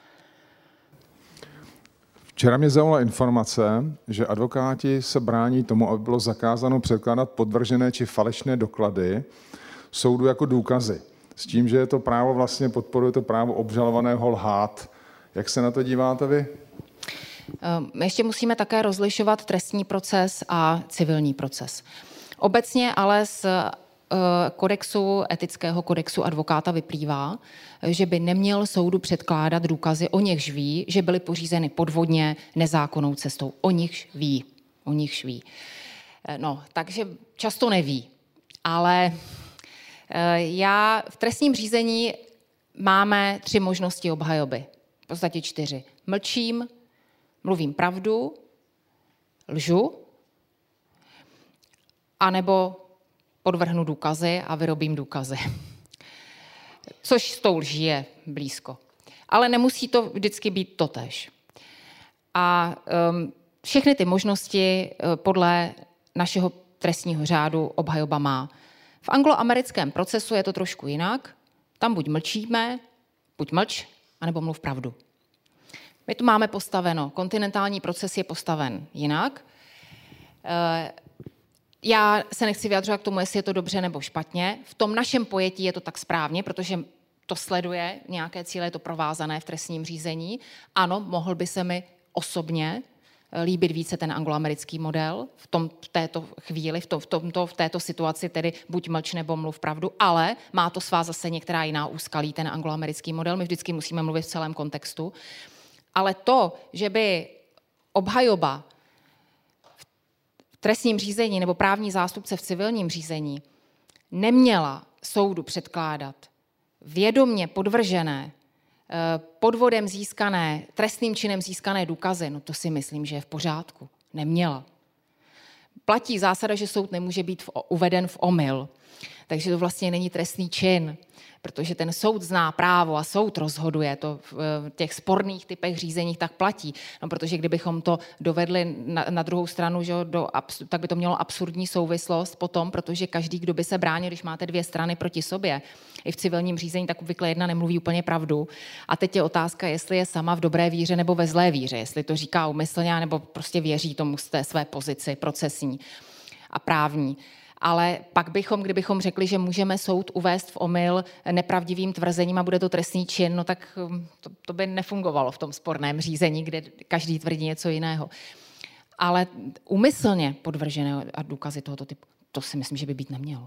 Včera mě zaujala informace, že advokáti se brání tomu, aby bylo zakázáno předkládat podvržené či falešné doklady soudu jako důkazy. S tím, že je to právo vlastně podporuje to právo obžalovaného lhát. Jak se na to díváte vy? Ještě musíme také rozlišovat trestní proces a civilní proces. Obecně ale z etického kodexu advokáta vyplývá, že by neměl soudu předkládat důkazy, o nichž ví, že byly pořízeny podvodně, nezákonnou cestou. O nichž ví. No, takže často neví. Ale v trestním řízení máme 3 možnosti obhajoby. V podstatě 4. Mlčím, mluvím pravdu, lžu, anebo podvrhnu důkazy a vyrobím důkazy. Což s tou lží je blízko. Ale nemusí to vždycky být totéž. A všechny ty možnosti podle našeho trestního řádu obhajoba má. V angloamerickém procesu je to trošku jinak. Tam buď mlčíme, buď mlč, anebo mluv pravdu. My tu máme postaveno, kontinentální proces je postaven jinak. Já se nechci vyjadřovat k tomu, jestli je to dobře nebo špatně. V tom našem pojetí je to tak správně, protože to sleduje nějaké cíle, je to provázané v trestním řízení. Ano, mohl by se mi osobně líbit více ten angloamerický model v této chvíli, v této situaci, tedy buď mlč nebo mluv pravdu, ale má to svá zase některá jiná úskalí, ten angloamerický model. My vždycky musíme mluvit v celém kontextu. Ale to, že by obhajoba v trestním řízení nebo právní zástupce v civilním řízení neměla soudu předkládat vědomě podvržené, podvodem získané, trestným činem získané důkazy, no to si myslím, že je v pořádku. Neměla. Platí zásada, že soud nemůže být uveden v omyl. Takže to vlastně není trestný čin, protože ten soud zná právo a soud rozhoduje, to v těch sporných typech řízení tak platí. No, protože kdybychom to dovedli na druhou stranu, že, tak by to mělo absurdní souvislost potom, protože každý, kdo by se bránil, když máte 2 strany proti sobě, i v civilním řízení, tak obvykle jedna nemluví úplně pravdu. A teď je otázka, jestli je sama v dobré víře nebo ve zlé víře, jestli to říká úmyslně, nebo prostě věří tomu z té své pozici procesní a právní. Ale pak kdybychom řekli, že můžeme soud uvést v omyl nepravdivým tvrzením a bude to trestný čin, no tak to by nefungovalo v tom sporném řízení, kde každý tvrdí něco jiného. Ale úmyslně podvržené a důkazy tohoto typu, to si myslím, že by být nemělo.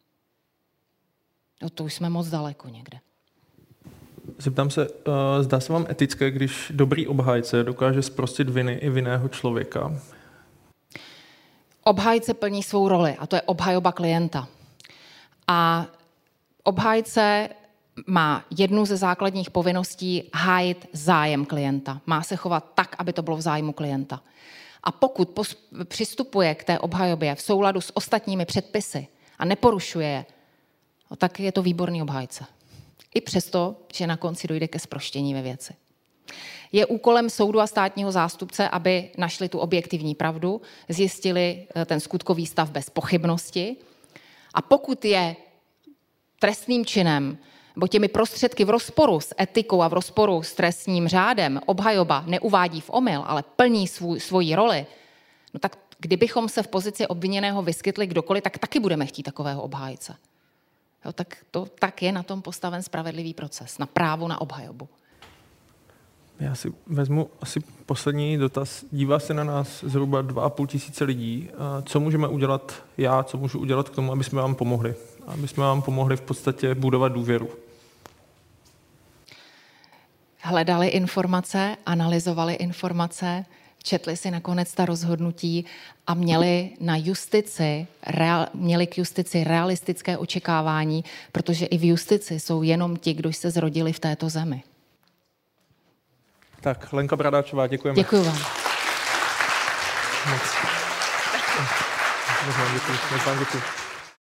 No to už jsme moc daleko někde. Zeptám se, zdá se vám etické, když dobrý obhájce dokáže zprostit viny i vinného člověka? obhájce plní svou roli a to je obhajoba klienta. A obhájce má jednu ze základních povinností hájit zájem klienta. Má se chovat tak, aby to bylo v zájmu klienta. A pokud přistupuje k té obhajobě v souladu s ostatními předpisy a neporušuje je, no tak je to výborný obhájce. I přesto, že na konci dojde ke zproštění ve věci. Je úkolem soudu a státního zástupce, aby našli tu objektivní pravdu, zjistili ten skutkový stav bez pochybnosti. A pokud je trestným činem nebo těmi prostředky v rozporu s etikou a v rozporu s trestním řádem obhajoba neuvádí v omyl, ale plní svoji roli, no tak kdybychom se v pozici obviněného vyskytli kdokoliv, tak taky budeme chtít takového obhájce. Jo, tak je na tom postaven spravedlivý proces, na právo na obhajobu. Já si vezmu asi poslední dotaz. Dívá se na nás zhruba 2,5 tisíce lidí. Co můžeme udělat co můžu udělat k tomu, aby jsme vám pomohli? Aby jsme vám pomohli v podstatě budovat důvěru. Hledali informace, analyzovali informace, četli si nakonec ta rozhodnutí a měli k justici realistické očekávání, protože i v justici jsou jenom ti, kdo se zrodili v této zemi. Tak, Lenka Bradáčová, děkujeme. Děkuji vám. Moc vám děkuji.